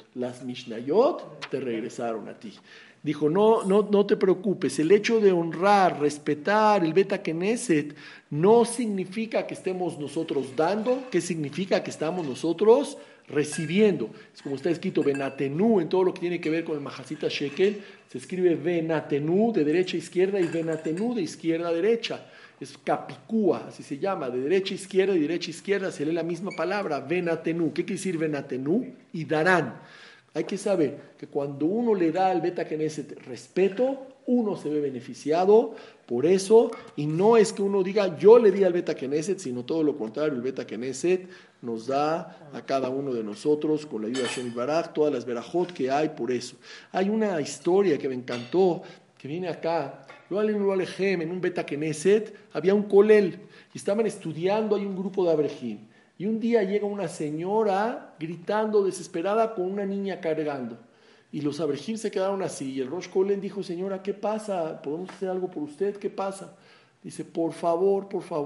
[SPEAKER 1] Mishnayot te regresaron a ti. Dijo, no te preocupes, el hecho de honrar, respetar el Beta Knesset no significa que estemos nosotros dando, ¿qué significa? Que estamos nosotros recibiendo. Es como está escrito Benatenu en todo lo que tiene que ver con el Mahasita Shekel, se escribe Benatenu de derecha a izquierda y Benatenu de izquierda a derecha. Es Capicúa, así se llama, de derecha a izquierda y derecha a izquierda se lee la misma palabra, Benatenu. ¿Qué quiere decir Benatenu? Y darán. Hay que saber que cuando uno le da al Beta Knesset respeto, uno se ve beneficiado por eso, y no es que uno diga yo le di al Beta Knesset, sino todo lo contrario, el Beta Knesset nos da a cada uno de nosotros, con la ayuda de Hashem Baraj, todas las verajot que hay por eso. Hay una historia que me encantó, que viene acá, en un Beta Knesset había un kolel, y estaban estudiando, hay un grupo de abrejim. Y un día llega una señora gritando desesperada con una niña cargando. Y los abrejim se quedaron así. Y el Rosh Kolen dijo, señora, ¿qué pasa? ¿Podemos hacer algo por usted? ¿Qué pasa? Dice, por favor,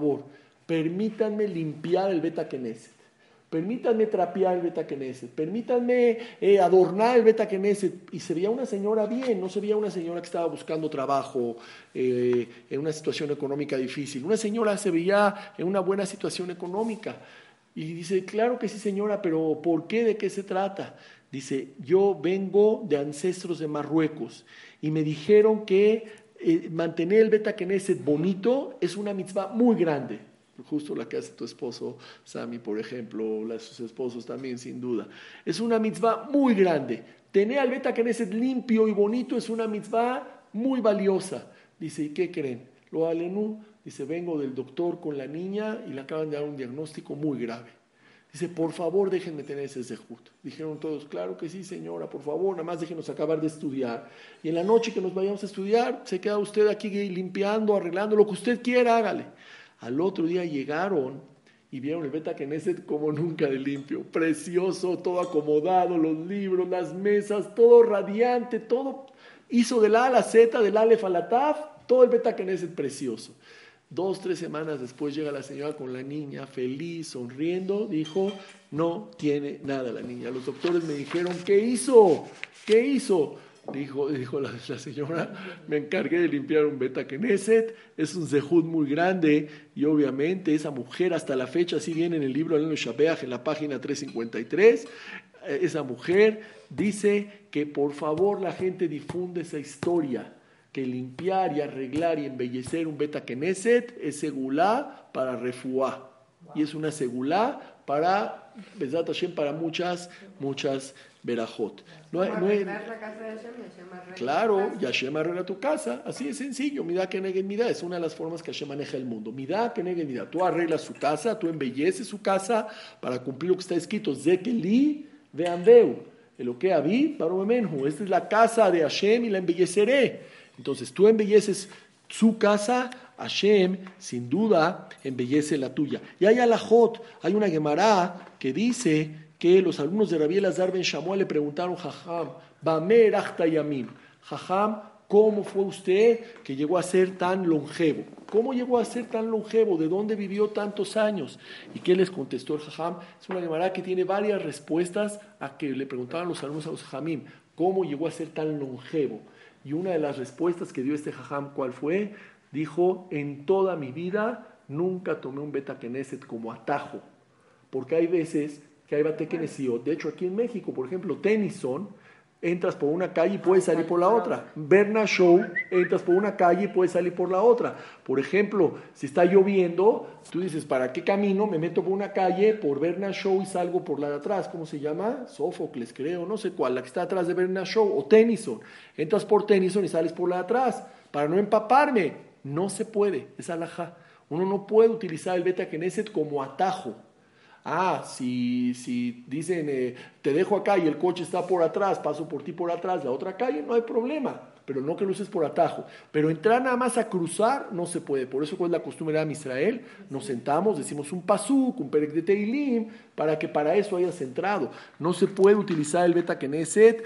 [SPEAKER 1] permítanme limpiar el Beta Knesset. Permítanme trapear el Beta Knesset. Permítanme adornar el Beta Knesset. Y se veía una señora bien, no se veía una señora que estaba buscando trabajo en una situación económica difícil. Una señora se veía en una buena situación económica. Y dice, claro que sí, señora, pero ¿por qué? ¿De qué se trata? Dice, yo vengo de ancestros de Marruecos y me dijeron que mantener el Beta Knesset bonito es una mitzvah muy grande. Justo la que hace tu esposo, Sami, por ejemplo, sus esposos también, sin duda. Es una mitzvah muy grande. Tener al Beta Knesset limpio y bonito es una mitzvah muy valiosa. Dice, ¿y qué creen? Lo alenu. Dice, vengo del doctor con la niña y le acaban de dar un diagnóstico muy grave. Dice, por favor, déjenme tener ese zehut. Dijeron todos, claro que sí, señora, por favor, nada más déjenos acabar de estudiar. Y en la noche que nos vayamos a estudiar, se queda usted aquí limpiando, arreglando, lo que usted quiera, hágale. Al otro día llegaron y vieron el Beta Knesset como nunca de limpio, precioso, todo acomodado, los libros, las mesas, todo radiante, todo hizo del A a la Z, del Aleph a la Taf, todo el Beta Knesset precioso. 2, 3 semanas después llega la señora con la niña, feliz, sonriendo, dijo, no tiene nada la niña. Los doctores me dijeron, ¿qué hizo? Dijo la señora, me encargué de limpiar un Beta Knesset, es un zehut muy grande, y obviamente esa mujer hasta la fecha, así viene en el libro Alenu Shabeach, en la página 353, esa mujer dice que por favor la gente difunde esa historia, que limpiar y arreglar y embellecer un Beta Knesset es segulá para refuá. Y es una segulá para, Bezat Hashem, para muchas verajot.
[SPEAKER 3] Arreglar la casa de Hashem, Hashem arregla
[SPEAKER 1] claro, y Hashem arregla tu casa. Así de sencillo. Midá keneged midá es una de las formas que Hashem maneja el mundo. Midá keneged midá. Tú arreglas su casa, tú embelleces su casa para cumplir lo que está escrito. Zekeli veandeu. Lo que habí, barumenhu. Esta es la casa de Hashem y la embelleceré. Entonces tú embelleces su casa, Hashem sin duda embellece la tuya. Y hay alajot, hay una Gemara que dice que los alumnos de Rabbi Elazar ben Shamuel le preguntaron, Jajam, Bamer achta yamim, Jajam, ¿cómo fue usted que llegó a ser tan longevo? ¿Cómo llegó a ser tan longevo? ¿De dónde vivió tantos años? ¿Y qué les contestó el Jajam? Es una Gemara que tiene varias respuestas a que le preguntaban los alumnos a los Jajamim, ¿cómo llegó a ser tan longevo? Y una de las respuestas que dio este Jajam, ¿cuál fue? Dijo, en toda mi vida nunca tomé un Beta Knesset como atajo, porque hay veces que hay Beta Knesset. De hecho, aquí en México, por ejemplo, Tennyson, entras por una calle y puedes salir por la otra. Berna Show, entras por una calle y puedes salir por la otra. Por ejemplo, si está lloviendo, tú dices, ¿para qué camino? Me meto por una calle, por Berna Show y salgo por la de atrás. ¿Cómo se llama? Sófocles, creo, no sé cuál, la que está atrás de Berna Show, o Tennyson. Entras por Tennyson y sales por la de atrás, para no empaparme. No se puede, es alajá. Uno no puede utilizar el Beta Knesset como atajo. Si dicen, te dejo acá y el coche está por atrás, paso por ti por atrás, la otra calle, no hay problema, pero no que lo uses por atajo. Pero entrar nada más a cruzar no se puede. Por eso, ¿cuál es la costumbre de Israel? Nos sentamos, decimos un pasuk, un perek de Teilim, para que para eso hayas entrado. No se puede utilizar el Beta Knesset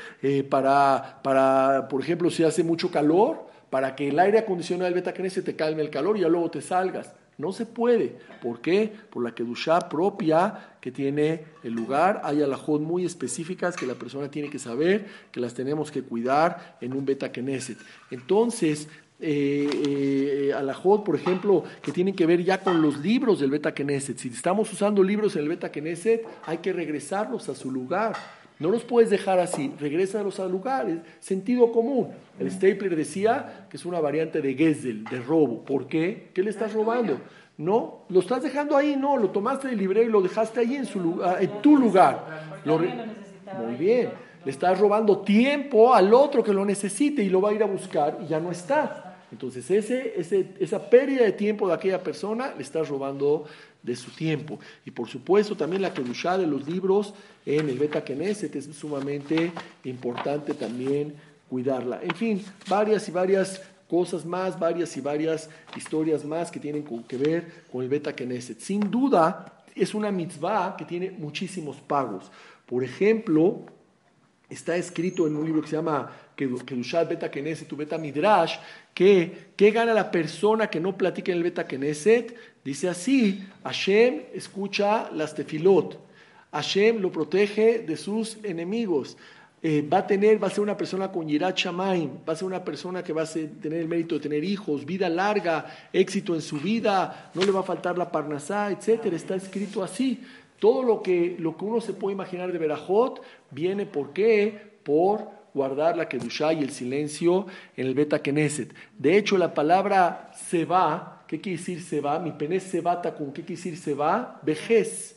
[SPEAKER 1] para, por ejemplo, si hace mucho calor, para que el aire acondicionado del Beta Knesset te calme el calor y ya luego te salgas. No se puede. ¿Por qué? Por la kedushá propia que tiene el lugar. Hay alajot muy específicas que la persona tiene que saber, que las tenemos que cuidar en un Beta Knesset. Entonces, alajot, por ejemplo, que tienen que ver ya con los libros del Beta Knesset. Si estamos usando libros en el Beta Knesset, hay que regresarlos a su lugar. No los puedes dejar así, regrésalos al lugar, es sentido común. El Stapler decía que es una variante de Gesell, de robo. ¿Por qué? ¿Qué le estás robando? No, lo estás dejando ahí, no, lo tomaste del librero y lo dejaste ahí en su lugar, en tu lugar. Muy bien, le estás robando tiempo al otro que lo necesite y lo va a ir a buscar y ya no está. Entonces esa pérdida de tiempo de aquella persona le estás robando de su tiempo. Y por supuesto también la kedushá de los libros en el Beta Knesset es sumamente importante también cuidarla. En fin, varias y varias cosas más, varias y varias historias más que tienen que ver con el Beta Knesset. Sin duda es una mitzvah que tiene muchísimos pagos. Por ejemplo, está escrito en un libro que se llama Kedushat Beta Knesset, tu Beta Midrash, que ¿qué gana la persona que no platica en el Beta Knesset? Dice así: Hashem escucha las tefilot, Hashem lo protege de sus enemigos, va a ser una persona con Yirat Shamayim, va a ser una persona que va a tener el mérito de tener hijos, vida larga, éxito en su vida, no le va a faltar la parnasá, etcétera. Está escrito así. Todo lo que uno se puede imaginar de Berajot viene, ¿por qué? Por guardar la Kedushá y el silencio en el Beta Knesset. De hecho, la palabra Seba, ¿qué quiere decir Seba? Mi penés Seba Takun, ¿qué quiere decir Seba? Vejez.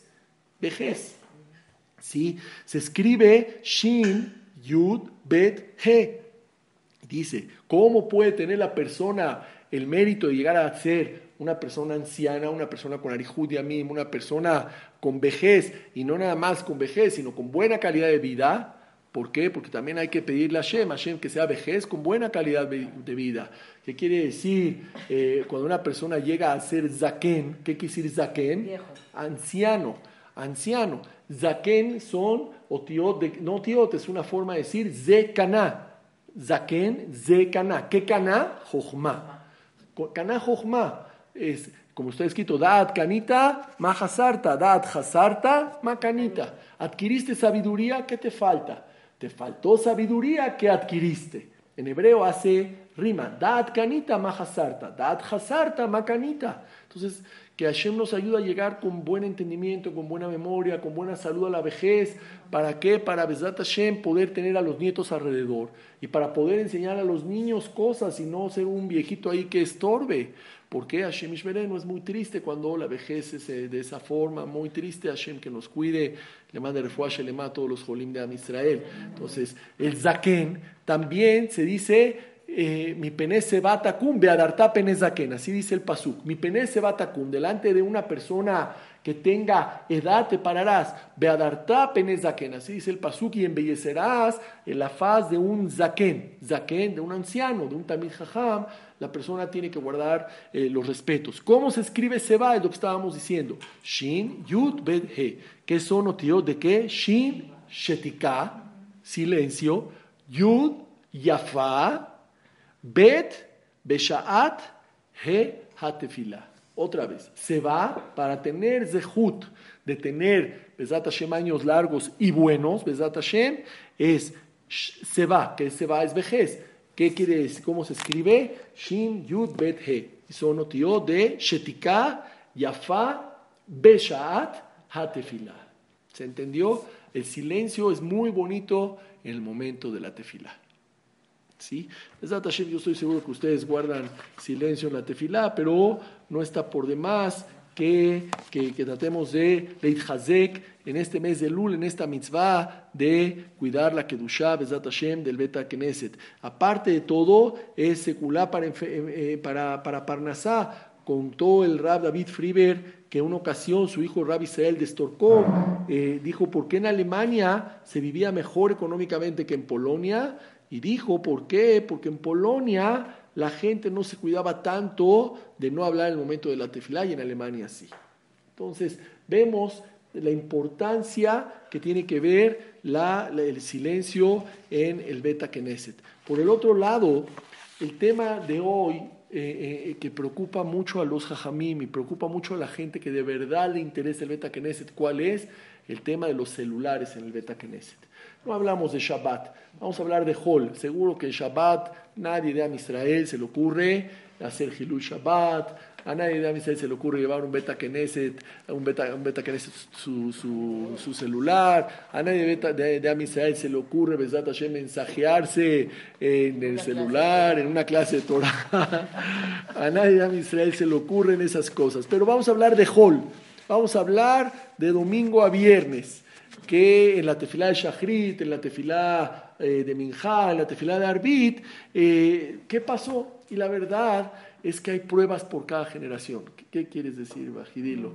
[SPEAKER 1] ¿Sí? Se escribe Shin, Yud, Bet, He. Dice, ¿cómo puede tener la persona el mérito de llegar a ser una persona anciana, una persona con arihud yamim, una persona con vejez, y no nada más con vejez, sino con buena calidad de vida? ¿Por qué? Porque también hay que pedirle a Hashem que sea vejez con buena calidad de vida. ¿Qué quiere decir cuando una persona llega a ser zaken? ¿Qué quiere decir zaken?
[SPEAKER 2] Viejo.
[SPEAKER 1] Anciano. Zaken son otiot, no otiot, es una forma de decir zekana. Zaken, zekana. ¿Qué kana? Jochma. Kana jochma es, como está escrito, Da'at kanita, ma hasarta, Da'at hasarta, ma kanita. Adquiriste sabiduría, ¿qué te falta? Te faltó sabiduría, ¿qué adquiriste? En hebreo hace rima, Da'at kanita, ma hasarta, Da'at hasarta, ma kanita. Entonces, que Hashem nos ayude a llegar con buen entendimiento, con buena memoria, con buena salud a la vejez. ¿Para qué? Para Bezrat Hashem poder tener a los nietos alrededor y para poder enseñar a los niños cosas y no ser un viejito ahí que estorbe. Porque Hashem Ishmerenu es muy triste cuando la vejez es de esa forma, muy triste. Hashem que nos cuide, le manda refuah shelema a todos los jolim de Am Israel. Entonces, el zaken también se dice mi penés se va takum, beadartá penés zaken, así dice el pasuk. Mi penés se va takum, delante de una persona que tenga edad te pararás, beadartá penés zaken, así dice el pasuk, y embellecerás la faz de un zaken, de un anciano, de un tamid jajam. La persona tiene que guardar los respetos. ¿Cómo se escribe seba? Es lo que estábamos diciendo. Shin, Yud, Bet, He. ¿Qué son otiot de qué? Shin, shetika, silencio. Yud, yafa. Bet, Beshaat, He, Hatefila. Otra vez, se va para tener zehut, de tener Bezat Hashem años largos y buenos. Bezat Hashem es se va, que se va es vejez. ¿Qué quiere decir? ¿Cómo se escribe? Shin, Yud, Bet, He. Y son otiot de Shetika, Yafa, Beshaat, Hatefila. ¿Se entendió? El silencio es muy bonito en el momento de la tefilá. ¿Sí? Yo estoy seguro que ustedes guardan silencio en la tefilá, pero no está por demás que tratemos de Leitchazek en este mes de Lul, en esta mitzvah de cuidar la Kedushá, Bezat Hashem, del Bet HaKnesset. Aparte de todo, es secular para Parnasá. Contó el Rab David Friber que en una ocasión su hijo Rab Israel de Storkov dijo por qué en Alemania se vivía mejor económicamente que en Polonia, y dijo ¿por qué? Porque en Polonia la gente no se cuidaba tanto de no hablar en el momento de la tefilá y en Alemania sí. Entonces vemos la importancia que tiene que ver el silencio en el Bet HaKnesset. Por el otro lado, el tema de hoy que preocupa mucho a los jajamim y preocupa mucho a la gente que de verdad le interesa el Bet HaKnesset, ¿cuál es? El tema de los celulares en el Bet HaKnesset. No hablamos de Shabbat, vamos a hablar de Hol. Seguro que Shabbat, nadie de Am Israel se le ocurre hacer Hilul Shabbat, a nadie de Am Israel se le ocurre llevar un Bet HaKnesset, un Bet HaKnesset su celular, a nadie de Am Israel se le ocurre Bezat Hashem mensajearse en el celular, en una clase de Torah, a nadie de Am Israel se le ocurren esas cosas. Pero vamos a hablar de Hol, vamos a hablar de domingo a viernes, que en la tefilá de Shachrit, en la tefilá de Minjá, en la tefilá de Arbit, ¿qué pasó? Y la verdad es que hay pruebas por cada generación. ¿Qué quieres decir, Bajidilo?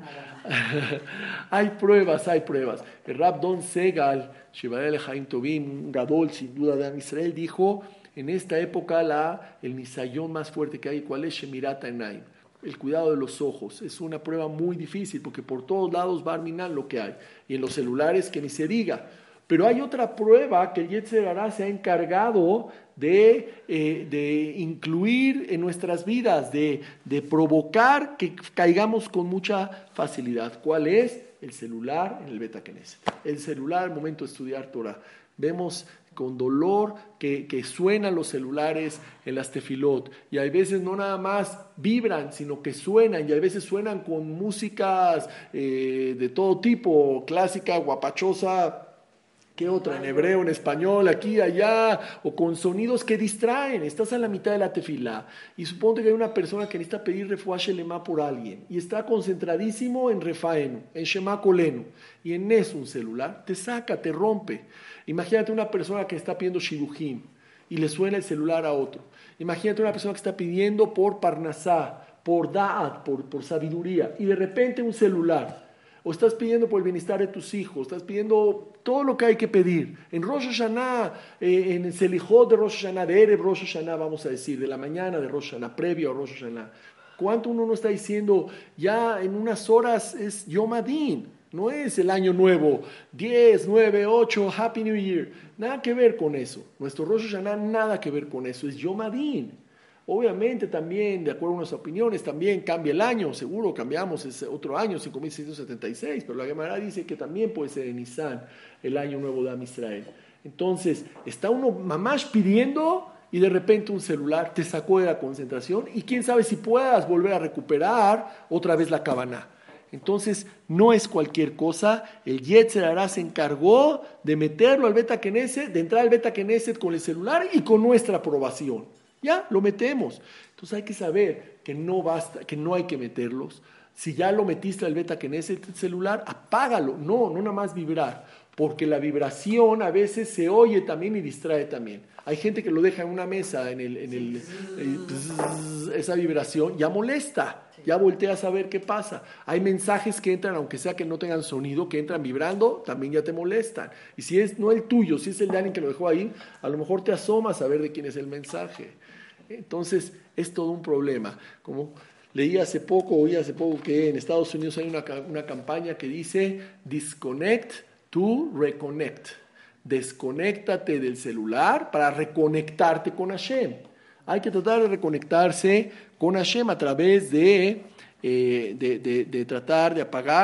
[SPEAKER 1] Hay pruebas. El Rab Don Segal, Sheba'el Chaim Tovim, un gadol sin duda de Am Israel, dijo, en esta época el nisayón más fuerte que hay, ¿cuál es? Shemirat Einaim. El cuidado de los ojos es una prueba muy difícil porque por todos lados va a arminar lo que hay y en los celulares que ni se diga, pero hay otra prueba que el Yetzer Hará se ha encargado de incluir en nuestras vidas, de provocar que caigamos con mucha facilidad. ¿Cuál es? El celular en el Bet HaKnesset. El celular al momento de estudiar Torah. Vemos con dolor que suenan los celulares en las tefilot, y hay veces no nada más vibran, sino que suenan, y a veces suenan con músicas de todo tipo, clásica, guapachosa, ¿qué otra? En hebreo, en español, aquí, allá, o con sonidos que distraen. Estás a la mitad de la tefilá y suponte que hay una persona que necesita pedir refuá shelema por alguien y está concentradísimo en refaenu, en shema kolenu, y en eso un celular te saca, te rompe. Imagínate una persona que está pidiendo shidujim y le suena el celular a otro. Imagínate una persona que está pidiendo por parnasá, por da'at, por sabiduría, y de repente un celular. O estás pidiendo por el bienestar de tus hijos, estás pidiendo todo lo que hay que pedir. En Rosh Hashanah, en el Selijot de Rosh Hashanah, de Erev Rosh Hashanah, vamos a decir, de la mañana de Rosh Hashanah, previo a Rosh Hashanah. ¿Cuánto uno no está diciendo? Ya en unas horas es Yom Adin, no es el año nuevo, 10, 9, 8, Happy New Year. Nada que ver con eso. Nuestro Rosh Hashanah nada que ver con eso, es Yom Adin. Obviamente también, de acuerdo a nuestras opiniones, también cambia el año, seguro cambiamos, es otro año, 5676, pero la Gemara dice que también puede ser en Nisan, el año nuevo de Am Israel. Entonces, está uno mamash pidiendo y de repente un celular te sacó de la concentración y quién sabe si puedas volver a recuperar otra vez la Kavaná. Entonces, no es cualquier cosa. El Yetzer Hará se encargó de meterlo al Bet HaKnesset, de entrar al Bet HaKnesset con el celular y con nuestra aprobación. Ya, lo metemos. Entonces hay que saber que no basta, que no hay que meterlos. Si ya lo metiste al Bet HaKnesset celular, apágalo. No nada más vibrar. Porque la vibración a veces se oye también y distrae también. Hay gente que lo deja en una mesa, esa vibración ya molesta. Ya volteas a ver qué pasa. Hay mensajes que entran, aunque sea que no tengan sonido, que entran vibrando, también ya te molestan. Y si es no el tuyo, si es el de alguien que lo dejó ahí, a lo mejor te asomas a ver de quién es el mensaje. Entonces, es todo un problema. Como oí hace poco que en Estados Unidos hay una campaña que dice Disconnect to Reconnect. Desconéctate del celular para reconectarte con Hashem. Hay que tratar de reconectarse con Hashem a través de tratar de apagar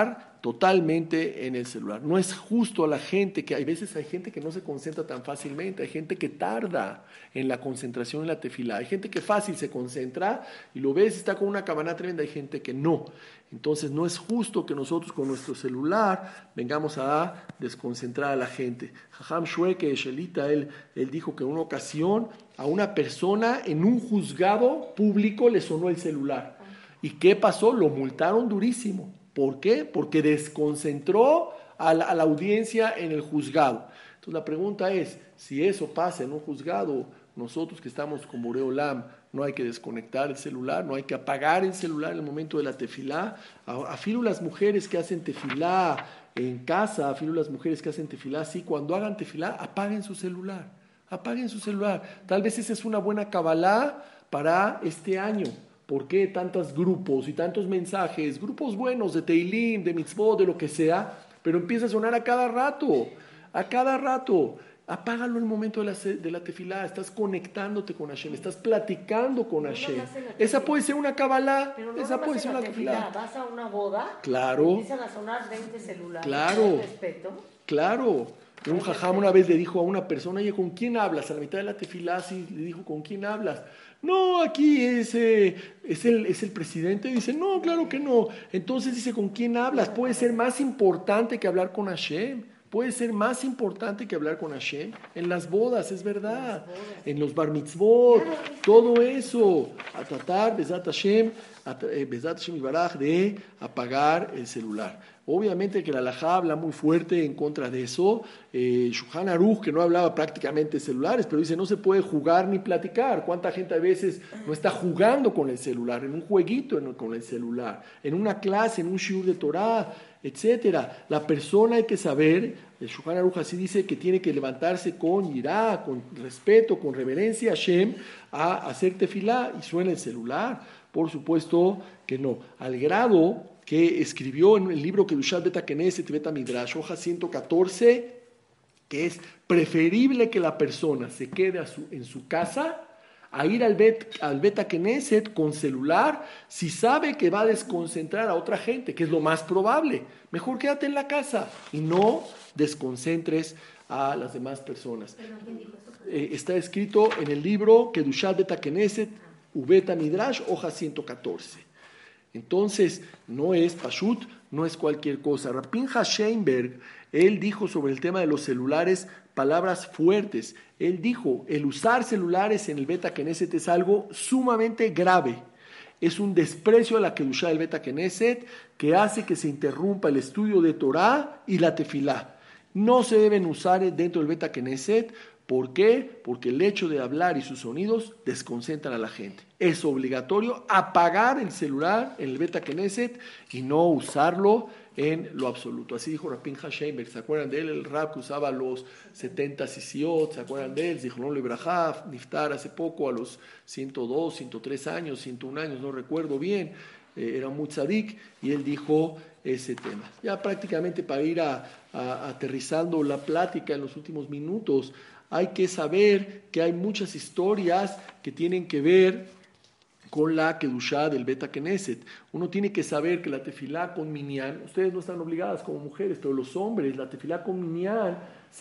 [SPEAKER 1] totalmente en el celular. No es justo a la gente, que hay veces hay gente que no se concentra tan fácilmente, hay gente que tarda en la concentración en la tefilá, hay gente que fácil se concentra y lo ves, está con una cabana tremenda, hay gente que no. Entonces no es justo que nosotros con nuestro celular vengamos a desconcentrar a la gente. Jajam Shueke Shelita, él dijo que en una ocasión a una persona en un juzgado público le sonó el celular. ¿Y qué pasó? Lo multaron durísimo. ¿Por qué? Porque desconcentró a la audiencia en el juzgado. Entonces la pregunta es, si eso pasa en un juzgado, nosotros que estamos con Borei Olam, no hay que desconectar el celular, no hay que apagar el celular en el momento de la tefilá. Afilo las mujeres que hacen tefilá en casa, afilo las mujeres que hacen tefilá, sí, cuando hagan tefilá, apaguen su celular. Apaguen su celular. Tal vez esa es una buena cabalá para este año. ¿Por qué tantos grupos y tantos mensajes? Grupos buenos de Teilim, de Mitzvot, de lo que sea, pero empieza a sonar a cada rato. A cada rato. Apágalo en el momento de la tefilá. Estás conectándote con Hashem, estás platicando con Hashem. Esa puede ser una cabalá, esa puede ser una tefilá.
[SPEAKER 2] Vas a una boda,
[SPEAKER 1] claro,
[SPEAKER 2] empiezan a sonar 20 celulares.
[SPEAKER 1] Claro,
[SPEAKER 2] respeto.
[SPEAKER 1] Claro. Un jajam una vez le dijo a una persona, oye, ¿con quién hablas? A la mitad de la tefilá, sí, le dijo, ¿con quién hablas? No, aquí es el presidente. Dice, no, claro que no. Entonces dice, ¿con quién hablas? Puede ser más importante que hablar con Hashem. Puede ser más importante que hablar con Hashem. En las bodas, es verdad. En los bar mitzvot, todo eso. A tratar, Bezat Hashem Yibaraj, de apagar el celular. Obviamente que la halajá habla muy fuerte en contra de eso. Shulchan Aruch, que no hablaba prácticamente de celulares, pero dice no se puede jugar ni platicar. ¿Cuánta gente a veces no está jugando con el celular, en un jueguito con el celular, en una clase, en un shiur de Torah, etcétera? La persona hay que saber, el Shulchan Aruch así dice, que tiene que levantarse con yirá, con respeto, con reverencia a Hashem, a hacer tefilá, y suena el celular. Por supuesto que no. Al grado que escribió en el libro Kedushat Beta Knesset y Beta Midrash, hoja 114, que es preferible que la persona se quede en su casa a ir al Beta Knesset con celular si sabe que va a desconcentrar a otra gente, que es lo más probable. Mejor quédate en la casa y no desconcentres a las demás personas. Está escrito en el libro Kedushat Beta Knesset Ubeta Midrash, hoja 114. Entonces, no es Pashut, no es cualquier cosa. Rab Pinha Sheinberg, él dijo sobre el tema de los celulares palabras fuertes. Él dijo, el usar celulares en el Beta Knesset es algo sumamente grave. Es un desprecio a la Kedushá del Beta Knesset que hace que se interrumpa el estudio de Torah y la tefilá. No se deben usar dentro del Beta Knesset. ¿Por qué? Porque el hecho de hablar y sus sonidos desconcentran a la gente. Es obligatorio apagar el celular en el Beta Knesset y no usarlo en lo absoluto. Así dijo Rab Pinha Sheinberg. ¿Se acuerdan de él? El rab que usaba los 70 sisiot. ¿Se acuerdan de él? Zichron Libraja, Niftar hace poco a los 102, 103 años, 101 años, no recuerdo bien. Era muy tzadik y él dijo ese tema. Ya prácticamente para ir aterrizando la plática en los últimos minutos, hay que saber que hay muchas historias que tienen que ver con la Kedushá del Beta Knesset. Uno tiene que saber que la tefilá con minyan, ustedes no están obligadas como mujeres, pero los hombres, la tefilá con minyan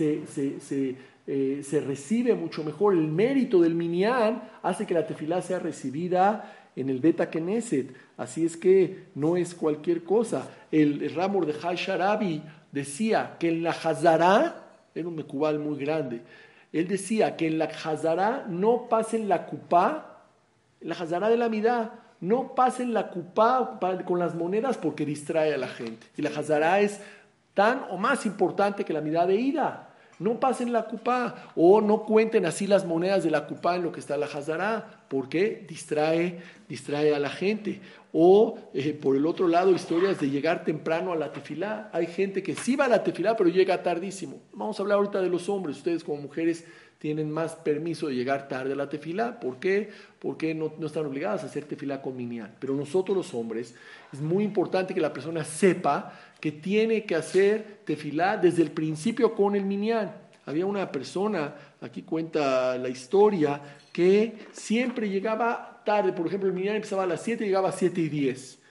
[SPEAKER 1] se recibe mucho mejor. El mérito del minyan hace que la tefilá sea recibida en el Beta Knesset. Así es que no es cualquier cosa. El Rab Mordechai Sharabi decía que en la Hazará, era un mekubal muy grande, él decía que en la Hazará no pasen la kupá, en la Hazará de la Midá, no pasen la kupá con las monedas porque distrae a la gente. Y la Hazará es tan o más importante que la Midá de ida. No pasen la kupá o no cuenten así las monedas de la kupá en lo que está la Hazará, porque distrae a la gente. O por el otro lado, historias de llegar temprano a la tefilá. Hay gente que sí va a la tefilá, pero llega tardísimo. Vamos a hablar ahorita de los hombres. Ustedes como mujeres tienen más permiso de llegar tarde a la tefilá. ¿Por qué? Porque no están obligadas a hacer tefilá con minyan. Pero nosotros los hombres, es muy importante que la persona sepa que tiene que hacer tefilá desde el principio con el minyan. Había una persona, aquí cuenta la historia, que siempre llegaba tarde. Por ejemplo, el minyan empezaba a las 7 y llegaba a 7:10.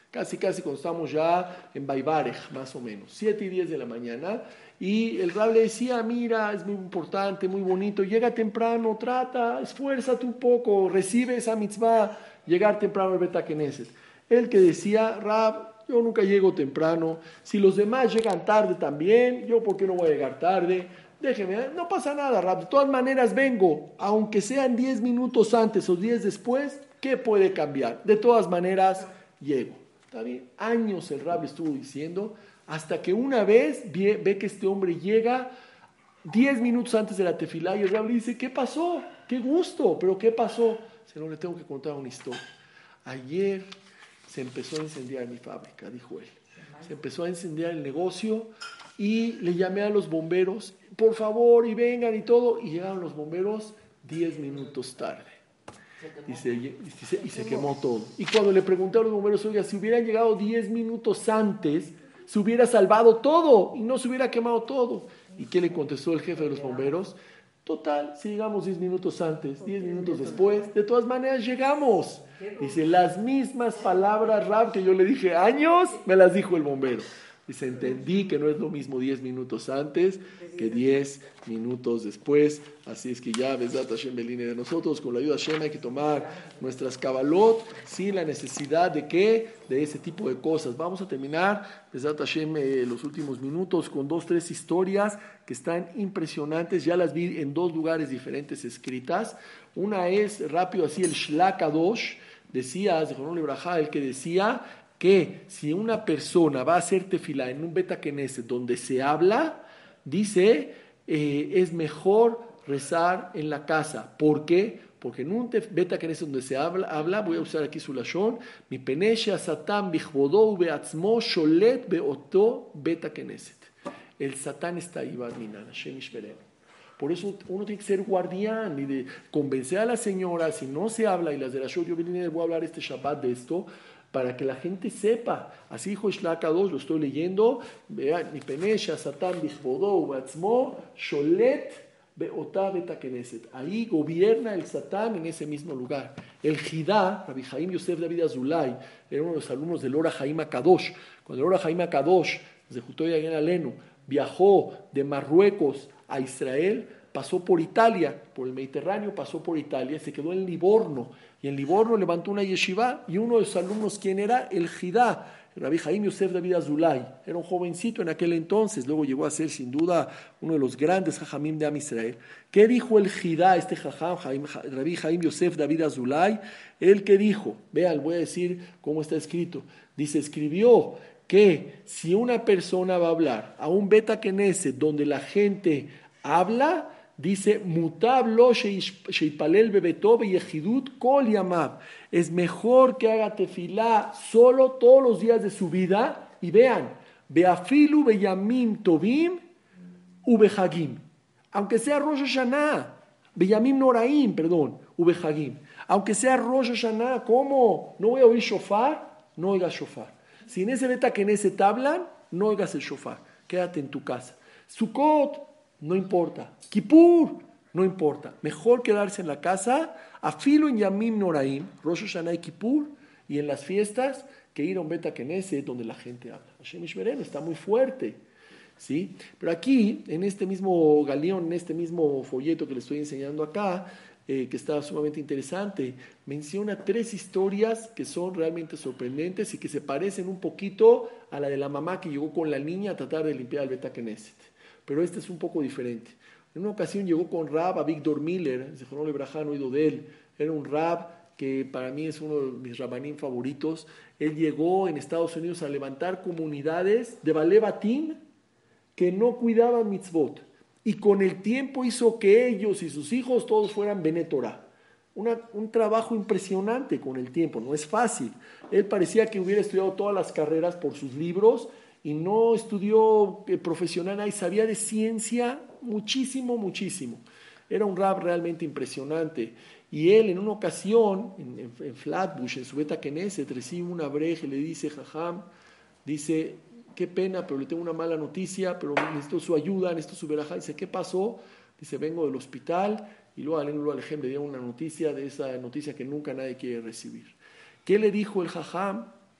[SPEAKER 1] casi cuando estamos ya en Baibarej, más o menos, 7:10 de la mañana, y el Rab le decía, mira, es muy importante, muy bonito, llega temprano, trata, esfuérzate un poco, recibe esa mitzvah, llegar temprano al Bet HaKnesset. Él que decía, Rab, yo nunca llego temprano, si los demás llegan tarde también, yo por qué no voy a llegar tarde, déjeme, no pasa nada, Rab, de todas maneras vengo, aunque sean 10 minutos antes o 10 después, ¿qué puede cambiar? De todas maneras, llego. ¿Está bien? Años el Rab estuvo diciendo, hasta que una vez ve que este hombre llega 10 minutos antes de la tefilá y el Rab le dice, ¿qué pasó? ¡Qué gusto! ¿Pero qué pasó? Se no le tengo que contar una historia. Ayer se empezó a incendiar mi fábrica, dijo él. Se empezó a incendiar el negocio y le llamé a los bomberos, por favor, y vengan y todo. Y llegaron los bomberos 10 minutos tarde. Y se quemó todo. Y cuando le pregunté a los bomberos, oiga, si hubieran llegado 10 minutos antes, se hubiera salvado todo y no se hubiera quemado todo. ¿Y qué le contestó el jefe de los bomberos? Total, si llegamos 10 minutos antes, 10 minutos después, de todas maneras llegamos. Dice, las mismas palabras, Rab, que yo le dije años, me las dijo el bombero. Dice, entendí que no es lo mismo 10 minutos antes que 10 minutos después. Así es que ya, Bezat Hashem Beline de nosotros, con la ayuda de Hashem hay que tomar nuestras Kabbalot sin la necesidad de ¿qué? De ese tipo de cosas. Vamos a terminar, Bezat Hashem, los últimos minutos con 2-3 historias que están impresionantes. Ya las vi en 2 lugares diferentes escritas. Una es, rápido así, el Shlakadosh. Decía, Zechron Libraja, el que decía que si una persona va a hacer tefilá en un Bet HaKnesset donde se habla, dice, es mejor rezar en la casa. ¿Por qué? Porque en un Bet HaKnesset donde se habla, voy a usar aquí su lashon, mi penesha satan bichvodou beatzmo sholet beoto Bet HaKnesset. El Satán está ahí, Barminan, Hashem Ishmerenu. Por eso uno tiene que ser guardián y de convencer a la señora, si no se habla, y las de la show, yo voy a hablar este Shabbat de esto, para que la gente sepa. Así dijo Shlaka 2, lo estoy leyendo. Vean, mi penesha, Satán, Bichvodou, Batzmo, Sholet, Beotá, Beta Knesset. Ahí gobierna el Satán en ese mismo lugar. El Jidá, Rabbi Haim Yosef David Azulay, era uno de los alumnos del Ora Haim HaKadosh. Cuando el Ora Haim HaKadosh, desde Jutoy Agen Alenu, viajó de Marruecos a Israel, pasó por Italia, por el Mediterráneo, pasó por Italia, se quedó en Livorno, y en Livorno levantó una yeshiva, y uno de sus alumnos, ¿quién era? El Jidá, Rabbi Haim Yosef David Azulay. Era un jovencito en aquel entonces, luego llegó a ser sin duda uno de los grandes jajamim de Am Israel. ¿Qué dijo el Jidá, este jajam, Rabbi Haim Yosef David Azulay? Él que dijo, vean, voy a decir cómo está escrito, dice, escribió que si una persona va a hablar a un Bet HaKnesset donde la gente habla, dice, mutab lo sheipalel bebeto beyechidut kol yamav. Es mejor que haga tefilá solo todos los días de su vida. Y vean, beafilu beyamim tovim ubehagim. Aunque sea Rosh Hashanah, beyamim noraim, perdón, ubehagim. Aunque sea Rosh Hashanah, ¿cómo? ¿No voy a oír shofar? No oigas shofar. Si en ese Bet HaKnesset hablan, no oigas el shofar. Quédate en tu casa. Sukkot, no importa. Kippur, no importa. Mejor quedarse en la casa, afilo en Yamim Noraim, Rosh Hashanah y Kippur, y en las fiestas, que ir a un Bet HaKnesset donde la gente habla. Hashem Ishmerenu está muy fuerte. ¿Sí? Pero aquí, en este mismo galeón, en este mismo folleto que les estoy enseñando acá, que está sumamente interesante, menciona 3 historias que son realmente sorprendentes y que se parecen un poquito a la de la mamá que llegó con la niña a tratar de limpiar el Bet HaKnesset. Pero este es un poco diferente. En una ocasión llegó con Rab a Víctor Miller, Zechron Libraja, no oído de él. Era un Rab que para mí es uno de mis rabanim favoritos. Él llegó en Estados Unidos a levantar comunidades de Balei Batim que no cuidaban mitzvot. Y con el tiempo hizo que ellos y sus hijos todos fueran Bene Torah. Un trabajo impresionante con el tiempo, no es fácil. Él parecía que hubiera estudiado todas las carreras por sus libros y no estudió profesional y sabía de ciencia muchísimo, muchísimo. Era un rab realmente impresionante. Y él en una ocasión, en Flatbush, en su Bet HaKnesset, recibe una breja y le dice, jajam, dice, qué pena, pero le tengo una mala noticia, pero necesito su ayuda, necesito su verajá. Dice, ¿qué pasó? Dice, vengo del hospital, y luego Alenu Alejem le dio una noticia, de esa noticia que nunca nadie quiere recibir. ¿Qué le dijo el jajam?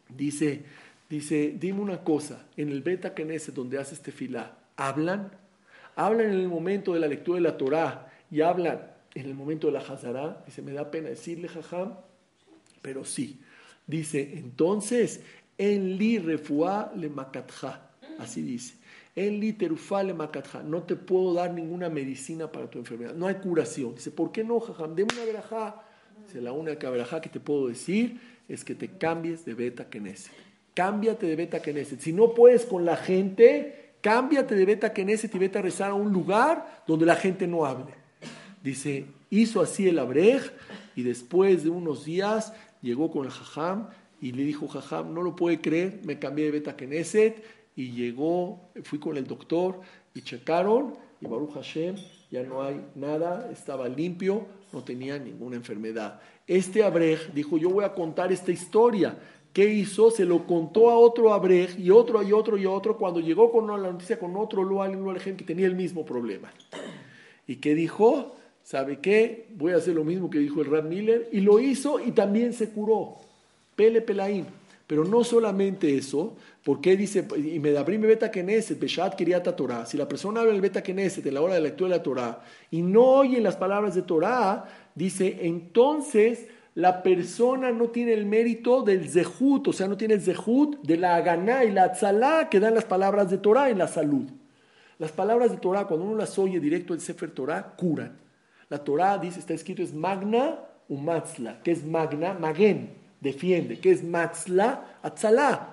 [SPEAKER 1] Dice, dime una cosa, en el Beta Knesset donde haces tefilá, ¿hablan en el momento de la lectura de la Torá y hablan en el momento de la Hazará? Dice, me da pena decirle, jajam, pero sí. Dice, entonces, en li refuá le makatja, así dice, en li terufá le makatja, no te puedo dar ninguna medicina para tu enfermedad, no hay curación. Dice, ¿por qué no, jajam? Deme una verajá. Dice, la única verajá que te puedo decir es que te cambies de Beta Knesset. Cámbiate de Beta Knesset. Si no puedes con la gente, cámbiate de Beta Knesset y vete a rezar a un lugar donde la gente no hable. Dice, hizo así el Abrej y después de unos días llegó con el Jajam y le dijo, Jajam, no lo puede creer, me cambié de Beta Knesset y llegó, fui con el doctor y checaron y Baruch Hashem, ya no hay nada, estaba limpio, no tenía ninguna enfermedad. Este Abrej dijo, yo voy a contar esta historia. ¿Qué hizo? Se lo contó a otro Abrej y otro y otro y otro. Cuando llegó con la noticia con otro Lo Alejem que tenía el mismo problema. ¿Y qué dijo? ¿Sabe qué? Voy a hacer lo mismo que dijo el Rab Miller. Y lo hizo y también se curó. Pele Pelaim. Pero no solamente eso, porque dice, y me da prime Beta Knesset, Beshat Kiriata Torah. Si la persona habla el Beta Knesset en la hora de la lectura de la Torah y no oye las palabras de Torah, dice, entonces la persona no tiene el mérito del zehut, o sea, no tiene el zehut de la aganá y la atzalá que dan las palabras de Torah en la salud. Las palabras de Torah, cuando uno las oye directo del Sefer Torah, curan. La Torah, dice, está escrito, es magna umatzla. ¿Qué es magna? Magén, defiende. ¿Qué es matzla? Atzalá,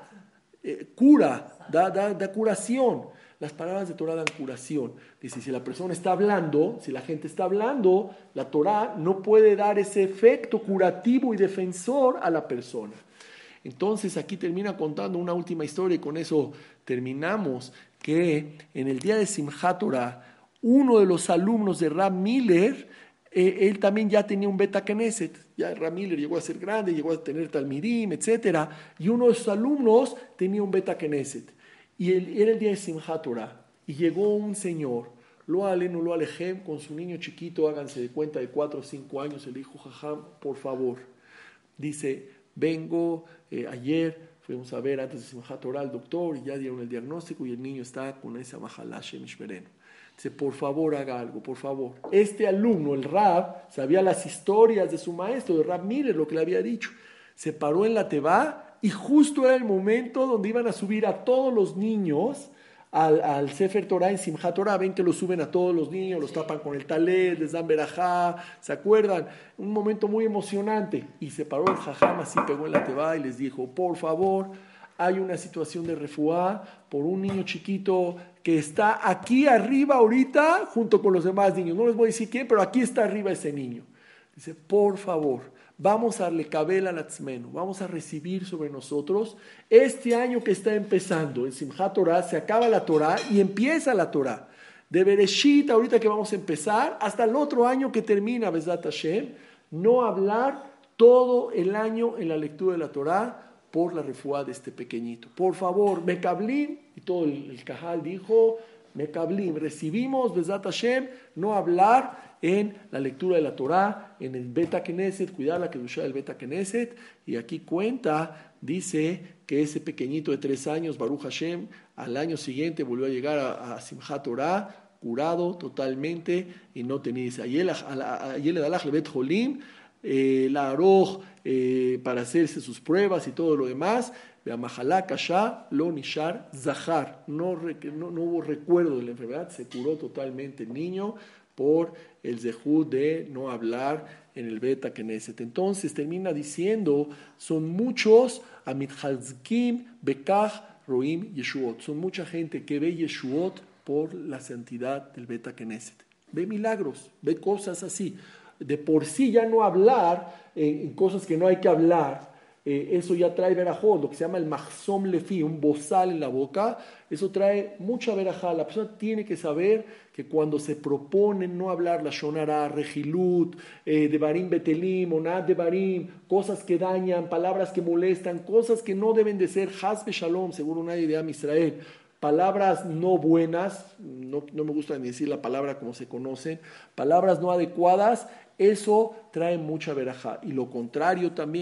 [SPEAKER 1] cura, da curación. Las palabras de Torah dan curación. Dice, si la persona está hablando, si la gente está hablando, la Torah no puede dar ese efecto curativo y defensor a la persona. Entonces aquí termina contando una última historia y con eso terminamos, que en el día de Simchat Torah, uno de los alumnos de Rab Miller, él también ya tenía un Beta Knesset. Ya Rab Miller llegó a ser grande, llegó a tener Talmidim, etc. Y uno de sus alumnos tenía un Beta Knesset. Y era el día de Simchat Torah. Y llegó un señor, Lo Alenu, Lo Alejem, con su niño chiquito, háganse de cuenta, de 4 o 5 años. Le dijo, Jajam, por favor. Dice, vengo, ayer fuimos a ver antes de Simchat Torah al doctor y ya dieron el diagnóstico y el niño está con esa mahalá Shemesh Berenu. Dice, por favor, haga algo, por favor. Este alumno, el Rab, sabía las historias de su maestro, de Rab Miller, lo que le había dicho. Se paró en la teba y justo era el momento donde iban a subir a todos los niños al Sefer Torah en Simchat Torah. Ven que lo suben a todos los niños, los tapan con el talet, les dan berajá, ¿se acuerdan? Un momento muy emocionante. Y se paró el jajam, así pegó en la teba y les dijo, por favor, hay una situación de refuá por un niño chiquito que está aquí arriba ahorita junto con los demás niños. No les voy a decir quién, pero aquí está arriba ese niño. Dice, por favor, vamos a darle cabel al atzmenu, vamos a recibir sobre nosotros este año que está empezando. En Simchat Torah se acaba la Torah y empieza la Torah. De Bereshit, ahorita que vamos a empezar, hasta el otro año que termina, Bezat Hashem, no hablar todo el año en la lectura de la Torah por la refuá de este pequeñito. Por favor, Mekablim, y todo el Cajal dijo, Mekablim, recibimos, Bezat Hashem, no hablar en la lectura de la Torah, en el Beta Knesset, cuidar la Kedushá del Beta Knesset, y aquí cuenta, dice que ese pequeñito de 3 años, Baruch Hashem, al año siguiente volvió a llegar a Simchat Torah, curado totalmente, y no tenía, dice, Ayel Alach Lebet Jolim, la Aroj, para hacerse sus pruebas y todo lo demás, Mahalá Kasha Lo Nishar Zahar, no hubo recuerdo de la enfermedad, se curó totalmente el niño por el zehut de no hablar en el Beta Knesset. Entonces termina diciendo, son muchos Amithazkim Bekach Roim Yeshuot, son mucha gente que ve Yeshuot por la santidad del Beta Knesset, ve milagros, ve cosas así. De por sí ya no hablar en cosas que no hay que hablar, eso ya trae verajot, lo que se llama el mahzom lefi, un bozal en la boca, eso trae mucha verajá. La persona tiene que saber que cuando se propone no hablar la shonara, regilut, devarim betelim, onad devarim, cosas que dañan, palabras que molestan, cosas que no deben de ser has beshalom, seguro nadie de Am Israel, palabras no buenas, no me gusta ni decir la palabra como se conocen, palabras no adecuadas, eso trae mucha verajá. Y lo contrario también,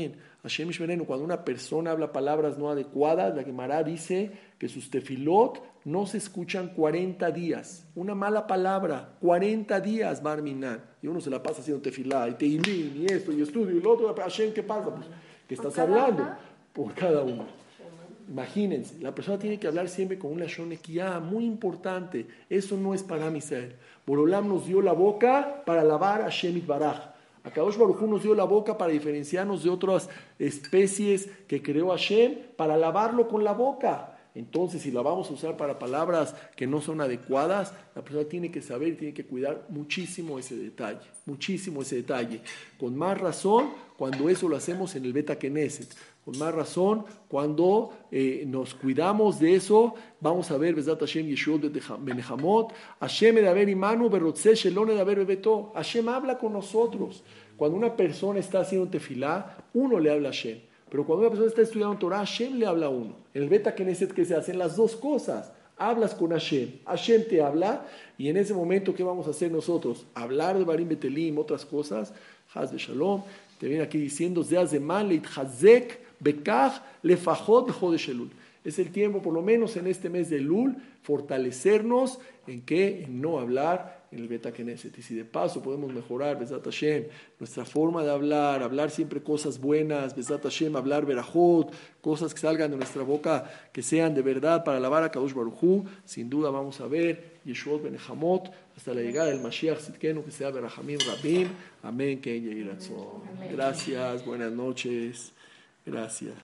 [SPEAKER 1] Hashem Ishmerenu, cuando una persona habla palabras no adecuadas, la Gemara dice que sus tefilot no se escuchan 40 días. Una mala palabra, 40 días, Barminan. Y uno se la pasa haciendo tefilá, y teilim, y esto, y estudio, y lo otro. Hashem, ¿qué pasa? Pues, ¿qué estás hablando? Por cada uno. Imagínense, la persona tiene que hablar siempre con una lashon nekiyá, muy importante. Eso no es para Misael. Borolam nos dio la boca para alabar a Hashem Itbaraj. Akadosh Baruj Hu nos dio la boca para diferenciarnos de otras especies que creó Hashem, para lavarlo con la boca. Entonces, si la vamos a usar para palabras que no son adecuadas, la persona tiene que saber y tiene que cuidar muchísimo ese detalle, muchísimo ese detalle. Con más razón, cuando eso lo hacemos en el Beta Knesset. Con más razón, cuando nos cuidamos de eso, vamos a ver, Bezat Hashem Yeshua Benejamot, Hashem Edaber Imanu, Berotze Shelon Edaber Bebeto. Hashem habla con nosotros. Cuando una persona está haciendo tefilá, uno le habla a Hashem. Pero cuando una persona está estudiando Torah, Hashem le habla a uno. En el Beta Knesset, que se hacen las dos cosas. Hablas con Hashem, Hashem te habla, y en ese momento, ¿qué vamos a hacer nosotros? Hablar de Barim Betelim, otras cosas. Haz de Shalom. Te viene aquí diciendo, Zeaz de Man, Leit Hazek, Bekach, Lefajot, Jodesh Elul. Es el tiempo, por lo menos en este mes de Elul, fortalecernos en qué, en no hablar en el Beta Knesset. Y si de paso podemos mejorar, Bezat Hashem, nuestra forma de hablar siempre cosas buenas, Bezat Hashem, hablar Berajot, cosas que salgan de nuestra boca, que sean de verdad para alabar a Kadosh Baruj Hu, sin duda vamos a ver Yeshuot Benejamot, hasta la llegada del Mashiach Sitkenu, que sea Berajamim Rabim, amén, que Gracias, buenas noches, gracias.